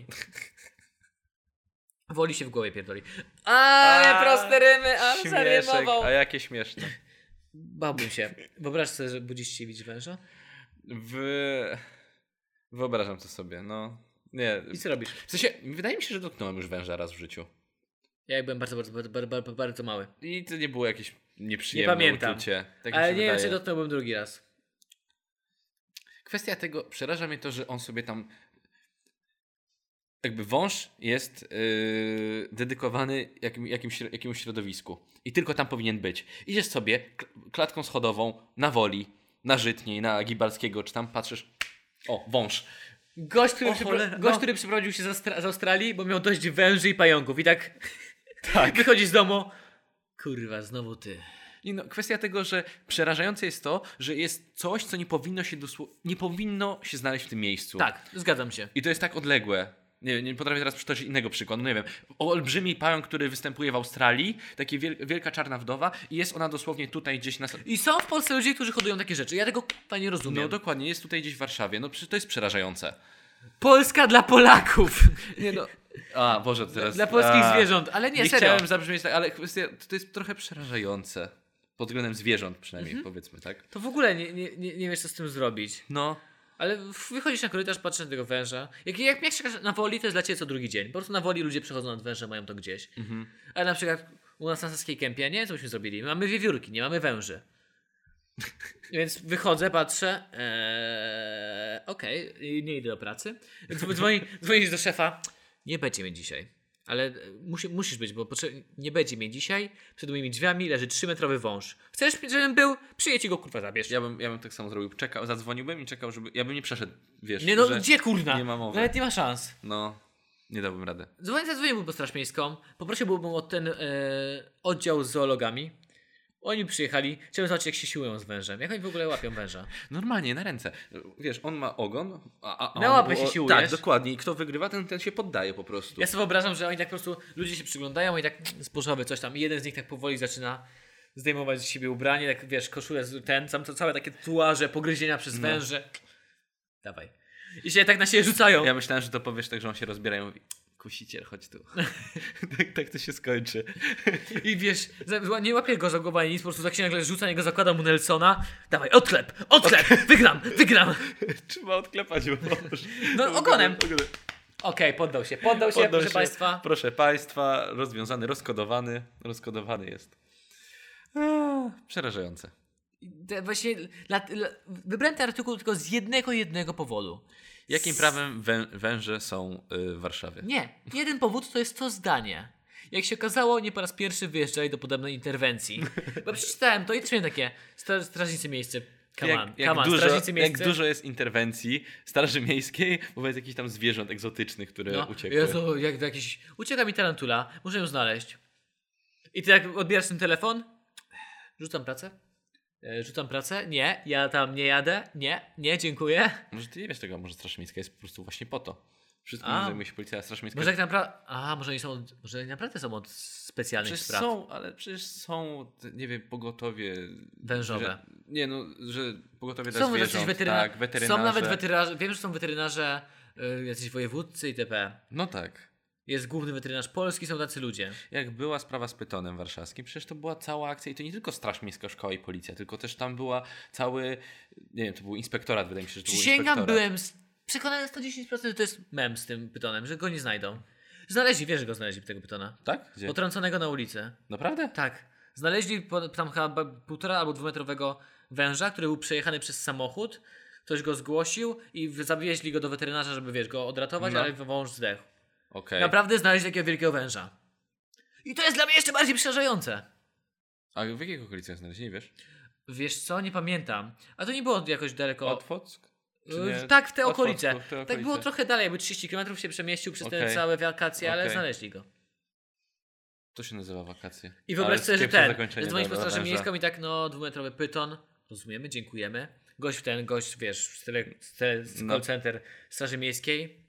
Woli się w głowie pierdoli. Ale A, proste rymy, a Śmieszek, zarymował. a jakie śmieszne. Bałbym się. Wyobraź sobie, że budzisz się i widzisz węża? W... Wyobrażam to sobie, no. Nie. I co robisz? W sensie, wydaje mi się, że dotknąłem już węża raz w życiu. Ja jak byłem bardzo, bardzo, bardzo, bardzo, bardzo, bardzo mały. I to nie było jakieś nieprzyjemne Nie pamiętam. uczucie. Tak mi Ale się nie wiem, wydaje. czy dotknąłbym drugi raz. Kwestia tego, przeraża mnie to, że on sobie tam... Jakby wąż jest yy, dedykowany jakim, jakimś, jakiemuś środowisku. I tylko tam powinien być. Idziesz sobie kl- klatką schodową na Woli, na Żytniej, na Gibalskiego, czy tam patrzysz... O, wąż. Gość, który, O przypro- cholera, gość no. który przyprowadził się z, Austra- z Australii, bo miał dość węży i pająków. I tak, Tak. wychodzi z domu. Kurwa, znowu ty. Nie no, kwestia tego, że przerażające jest to, że jest coś, co nie powinno się dosło- nie powinno się znaleźć w tym miejscu. Tak, zgadzam się. I to jest tak odległe. Nie wiem, nie potrafię teraz przytoczyć innego przykładu. No nie wiem. Olbrzymi pająk, który występuje w Australii, taki wiel- wielka czarna wdowa i jest ona dosłownie tutaj gdzieś na... I są w Polsce ludzie, którzy hodują takie rzeczy. Ja tego k***a nie rozumiem. No dokładnie, jest tutaj gdzieś w Warszawie. No przecież to jest przerażające. Polska dla Polaków. Nie no... A, Boże, to teraz... Dla polskich A, zwierząt, ale nie, Nie serio. chciałem zabrzmieć tak, ale kwestia, to jest trochę przerażające. Pod względem zwierząt przynajmniej, Mhm. powiedzmy, tak? To w ogóle nie, nie, nie, nie wiesz, co z tym zrobić. No... Ale wychodzisz na korytarz, patrzysz na tego węża. Jak, jak mieszkasz na Woli, to jest dla ciebie co drugi dzień. Po prostu na Woli ludzie przychodzą nad węża, mają to gdzieś. Mhm. Ale na przykład u nas na Saskiej Kępie, nie? Co byśmy zrobili? My mamy wiewiórki, nie mamy węży. Więc wychodzę, patrzę. Eee, Okej, okay, nie idę do pracy. Dzwoni, dzwonisz do szefa. Nie będzie mnie dzisiaj. Ale e, musi, musisz być, bo potrze- nie będzie mnie dzisiaj. Przed moimi drzwiami leży trzymetrowy wąż. Chcesz, żebym był? Przyjedź i go kurwa zabierz. Ja bym, ja bym tak samo zrobił. Czekał, zadzwoniłbym i czekał, żeby... Ja bym nie przeszedł, wiesz, Nie no, że gdzie kurna? nie ma mowy. Nawet nie ma szans. No, nie dałbym rady. Dzwonię, zadzwoniłbym po Straż Miejską. Poprosiłbym o ten e, oddział z zoologami. Oni przyjechali. Chciałem zobaczyć, jak się siłują z wężem. Jak oni w ogóle łapią węża. Normalnie, na ręce. Wiesz, on ma ogon, a, a Na on łapę było- się siłujesz. Tak, dokładnie. I kto wygrywa, ten, ten się poddaje po prostu. Ja sobie wyobrażam, że oni tak po prostu, ludzie się przyglądają i tak spożowy coś tam. I jeden z nich tak powoli zaczyna zdejmować z siebie ubranie, tak wiesz, koszulę, z- ten, sam, to całe takie tatuaże, pogryzienia przez No. węże. Dawaj. I się tak na siebie rzucają. Ja myślałem, że to powiesz tak, że on się rozbiera i mówi kusiciel, chodź tu. tak, tak to się skończy. I wiesz, za- nie łapie go za głowę ani nic, po prostu tak się nagle rzuca, niego zakłada mu Nelsona. Dawaj, odklep, odklep, wygram, wygram. Trzeba odklepać, bo No, ogonem. Okej, poddał się, poddał się, Poddał proszę się. państwa. Proszę państwa, rozwiązany, rozkodowany. Rozkodowany jest. A, przerażające. Te Właśnie, dla, dla, wybrałem ten artykuł tylko z jednego, jednego powodu. Jakim prawem wę, węże są y, w Warszawie? Nie, jeden powód to jest to zdanie. Jak się okazało, nie po raz pierwszy wyjeżdżali do podobnej interwencji. Bo przeczytałem to i też miałem takie stra- strażnicy miejscy. Come on, Jak, jak, come on, dużo, strażnicy jak miejscy. dużo jest interwencji Straży Miejskiej wobec jakichś tam zwierząt egzotycznych, które No, uciekły. Jezu, jak jakiś... Ucieka mi tarantula, muszę ją znaleźć. I ty jak odbierasz ten telefon? Rzucam pracę? E, Rzucam pracę? Nie, ja tam nie jadę. Nie, nie, dziękuję. Może ty nie wiesz tego, może Straż Miejska jest po prostu właśnie po to. Wszystkim A. zajmuje się policja, a Straż Miejska... Może jak naprawdę... A, może oni są od... Może naprawdę są od specjalnych Przecież spraw. są, ale przecież są, nie wiem, pogotowie... Wężowe. Że, nie no, że pogotowie dla Są zwierząt, jacyś weteryna... tak, weterynarze. Są nawet weterynarze... Wiem, że są weterynarze y, jacyś wojewódcy itp. No tak. Jest główny weterynarz polski, są tacy ludzie. Jak była sprawa z Pytonem warszawskim, przecież to była cała akcja i to nie tylko Straż Miejska, Szkoła i Policja, tylko też tam była cały, nie wiem, to był inspektorat, wydaje mi się, że to był Przysięgam, inspektorat. byłem s- przekonany na sto dziesięć procent, że to jest mem z tym pytonem, że go nie znajdą. Znaleźli, wiesz, że go znaleźli tego pytona. Tak? Gdzie? Potrąconego na ulicy. Naprawdę? Tak. Znaleźli po, tam chyba ba- półtora albo dwumetrowego węża, który był przejechany przez samochód. Ktoś go zgłosił i w- zawieźli go do weterynarza, żeby wiesz, go odratować, No. ale wąż zdechł. Okej. Naprawdę znaleźli takiego wielkiego węża. I to jest dla mnie jeszcze bardziej przerażające. A w jakiej okolicy znaleźli, nie wiesz? Wiesz co, nie pamiętam. A to nie było jakoś daleko. Otwock? Czy nie? Yy, Tak, w te Otwocku, okolice. w te Tak okolice. było trochę dalej, jakby trzydzieści kilometrów się przemieścił przez te Okej. całe wakacje, ale Okej. znaleźli go. To się nazywa wakacje. I wyobraź Ale sobie, że kiepskie ten, zakończenie że dzwonisz po dla straży węża. miejską i tak, no, dwumetrowy pyton, rozumiemy, dziękujemy. Gość w ten, gość, wiesz, z, tele, z, tele, z No. call center straży miejskiej.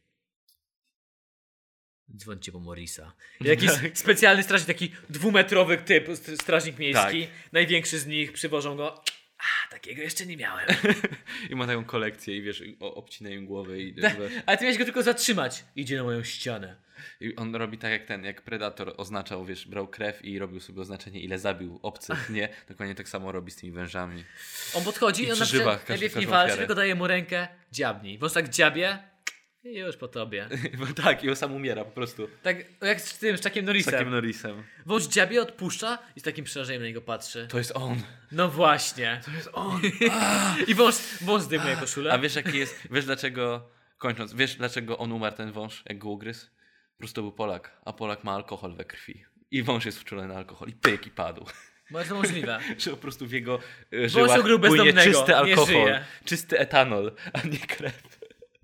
Dzwońcie po Morisa. I jakiś specjalny strażnik, taki dwumetrowy typ, st- strażnik miejski, Tak. największy z nich, przywożą go. A, takiego jeszcze nie miałem. I ma taką kolekcję i wiesz, i o- obcinają im głowę i, Ale ty miałeś go tylko zatrzymać. Idzie na moją ścianę. i on robi tak jak ten, jak Predator oznaczał, wiesz, brał krew i robił sobie oznaczenie ile zabił obcych, nie? Dokładnie tak samo robi z tymi wężami. On podchodzi I i on przeżywa na każdą- najpierw nie każdą walczy, ofiarę. tylko daje mu rękę, dziabnij. Wąż tak dziabie i już po tobie. Bo tak, i on sam umiera po prostu. Tak jak z tym, z Chuckiem Z Norrisem. takim Norrisem. Wąż dziabie, odpuszcza i z takim przerażeniem na niego patrzy. To jest on. No właśnie. To jest on. I wąż, wąż zdejmuje koszulę. A wiesz jaki jest, wiesz dlaczego, kończąc, wiesz dlaczego on umarł ten wąż, jak go ugryzł? Po prostu był Polak, a Polak ma alkohol we krwi. I wąż jest wczulony na alkohol i pyk i padł. Bardzo możliwe. Że po prostu w jego e, żyłach ugrył płynie bezdomnego, czysty nie alkohol, żyje. czysty etanol, a nie krew.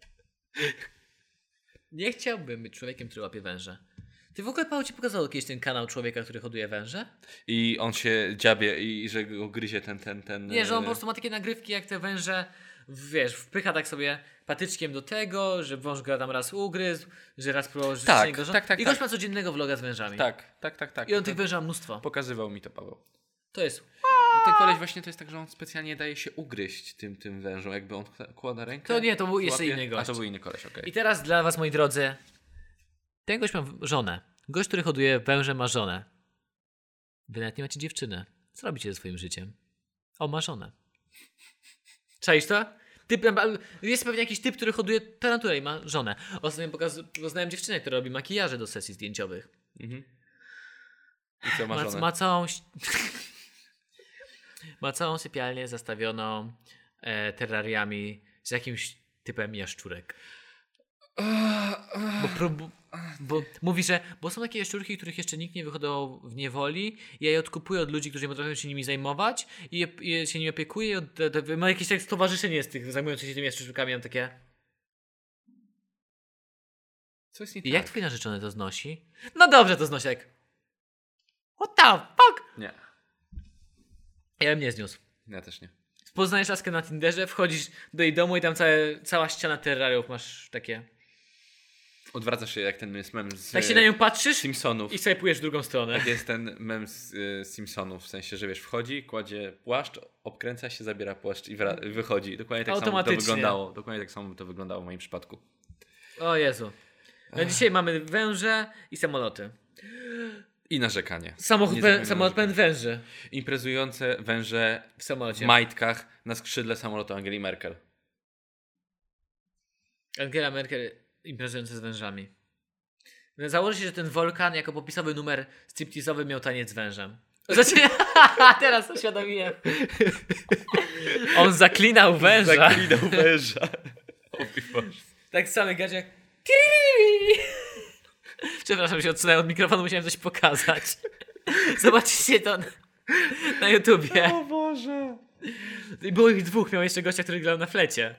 Nie chciałbym być człowiekiem, który łapie węże. Ty w ogóle, Paweł, ci pokazał kiedyś ten kanał człowieka, który hoduje węże? I on się dziabie i że go gryzie ten, ten, ten... Nie, że on e, po prostu ma takie nagrywki, jak te węże, wiesz, wpycha tak sobie patyczkiem do tego, że wąż go tam raz ugryzł, że raz próbował żyć Tak, niego żon- tak, tak, I gość tak. ma codziennego vloga z wężami. Tak, tak, tak, tak. I on tych węży ma mnóstwo. Pokazywał mi to Paweł. To jest... Ten koleś właśnie to jest tak, że on specjalnie daje się ugryźć tym, tym wężom, jakby on kłada rękę. To nie, to był jeszcze łapie- inny gość. A to był inny koleś, okej. I teraz dla was, moi drodzy, ten gość ma w- żonę. Gość, który hoduje węże, ma żonę. Wy nawet nie macie dziewczyny. Co robicie ze swoim życiem? O, ma żonę. Czaisz to? Typ, jest pewnie jakiś typ, który hoduje tarantulę i ma żonę. Ostatnio pokaz- poznałem dziewczynę, która robi makijaże do sesji zdjęciowych. Mhm. I co, ma Ma, żonę? ma całą... ś- ma całą sypialnię zastawioną e, terrariami z jakimś typem jaszczurek. Bo, prób- Bo mówi, że bo są takie jaszczurki, których jeszcze nikt nie wyhodował w niewoli. Ja je odkupuję od ludzi, którzy nie potrafią się nimi zajmować i je, je się nimi opiekuję. I od, od, ma jakieś tak stowarzyszenie z tych zajmujących się tymi jaszczurkami. Mam takie... Co jest nie I tak? jak twój narzeczony to znosi? No dobrze to znosi, jak... What the fuck? Nie, Ja bym nie zniósł. ja też nie. Poznajesz laskę na Tinderze, wchodzisz do jej domu i tam całe, cała ściana terrariów masz takie... Odwracasz się jak ten mem z Tak się na nią patrzysz Simpsonów. i swajpujesz w drugą stronę. Tak jest ten mem z y, Simpsonów, w sensie, że wiesz, wchodzi, kładzie płaszcz, obkręca się, zabiera płaszcz i wra- wychodzi. Dokładnie tak samo to Automatycznie. wyglądało. Dokładnie tak samo to wyglądało w moim przypadku. O Jezu. No dzisiaj mamy węże i samoloty. I narzekanie. Samochód Nie pe- zapomnij samolot pełen narzekania. węży Imprezujące węże w w samolocie. majtkach na skrzydle samolotu Angeli Merkel. Angela Merkel imprezująca z wężami. Założę się, że ten Volkan jako popisowy numer striptease'owy miał taniec z wężem. Znaczy, teraz uświadomiłem. On zaklinał węża. Zaklinał węża. O Boże. Tak samo gadzie jak... Przepraszam, się odsunąłem od mikrofonu, musiałem coś pokazać. Zobaczycie to na, na YouTubie. O Boże. I było ich dwóch, miał jeszcze gościa, który grał na flecie.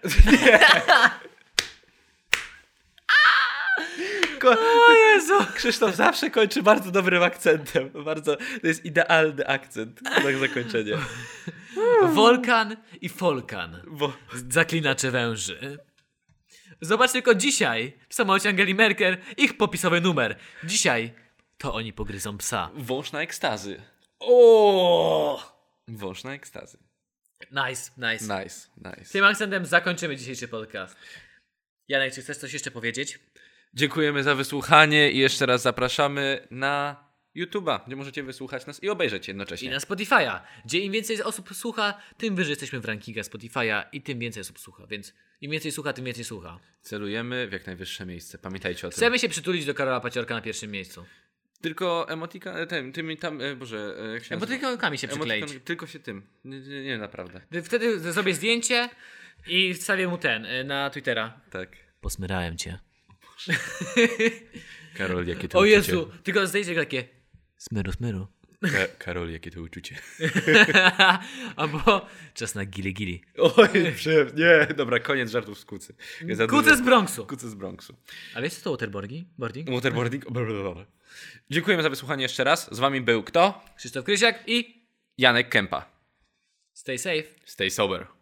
O Jezu! Krzysztof zawsze kończy bardzo dobrym akcentem. Bardzo, to jest idealny akcent na zakończenie. Volkan i Folkan. Bo... Zaklinacze węży. Zobacz tylko dzisiaj w samolocie Angeli Merkel ich popisowy numer. Dzisiaj to oni pogryzą psa. Wąż na ekstazy. O! Wąż na ekstazy. Nice, nice. Nice, nice. Tym akcentem zakończymy dzisiejszy podcast. Janek, czy chcesz coś jeszcze powiedzieć? Dziękujemy za wysłuchanie i jeszcze raz zapraszamy na YouTube'a, gdzie możecie wysłuchać nas i obejrzeć jednocześnie. I na Spotify'a, gdzie im więcej osób słucha, tym wyżej jesteśmy w rankingach Spotify'a i tym więcej osób słucha, więc im więcej słucha, tym więcej słucha. Celujemy w jak najwyższe miejsce. Pamiętajcie o tym. Chcemy się przytulić do Karola Paciorka na pierwszym miejscu. Tylko emotika, tym, tym tam, e, Boże, e, jak się nazywa? Emotykonkami się przykleić. Emotikon- Tylko się tym. Nie, nie, nie, naprawdę. Wtedy zrobię zdjęcie i wstawię mu ten y, na Twittera. Tak. Posmyrałem cię. Karol, jakie to O uczucie. Jezu, tylko zdjęcie takie smyru, smyru. Ka- Karol, jakie to uczucie. Albo czas na gili gili. Oj, prze... nie. Dobra, koniec żartów z kucy. Ja za Kuce dużo- z Bronxu. Kucy z Bronxu. A wiesz co to waterboarding? Boarding? Waterboarding. Blablabla. Dziękujemy za wysłuchanie jeszcze raz. Z wami był kto? Krzysztof Krysiak i Janek Kępa. stay safe. Stay sober.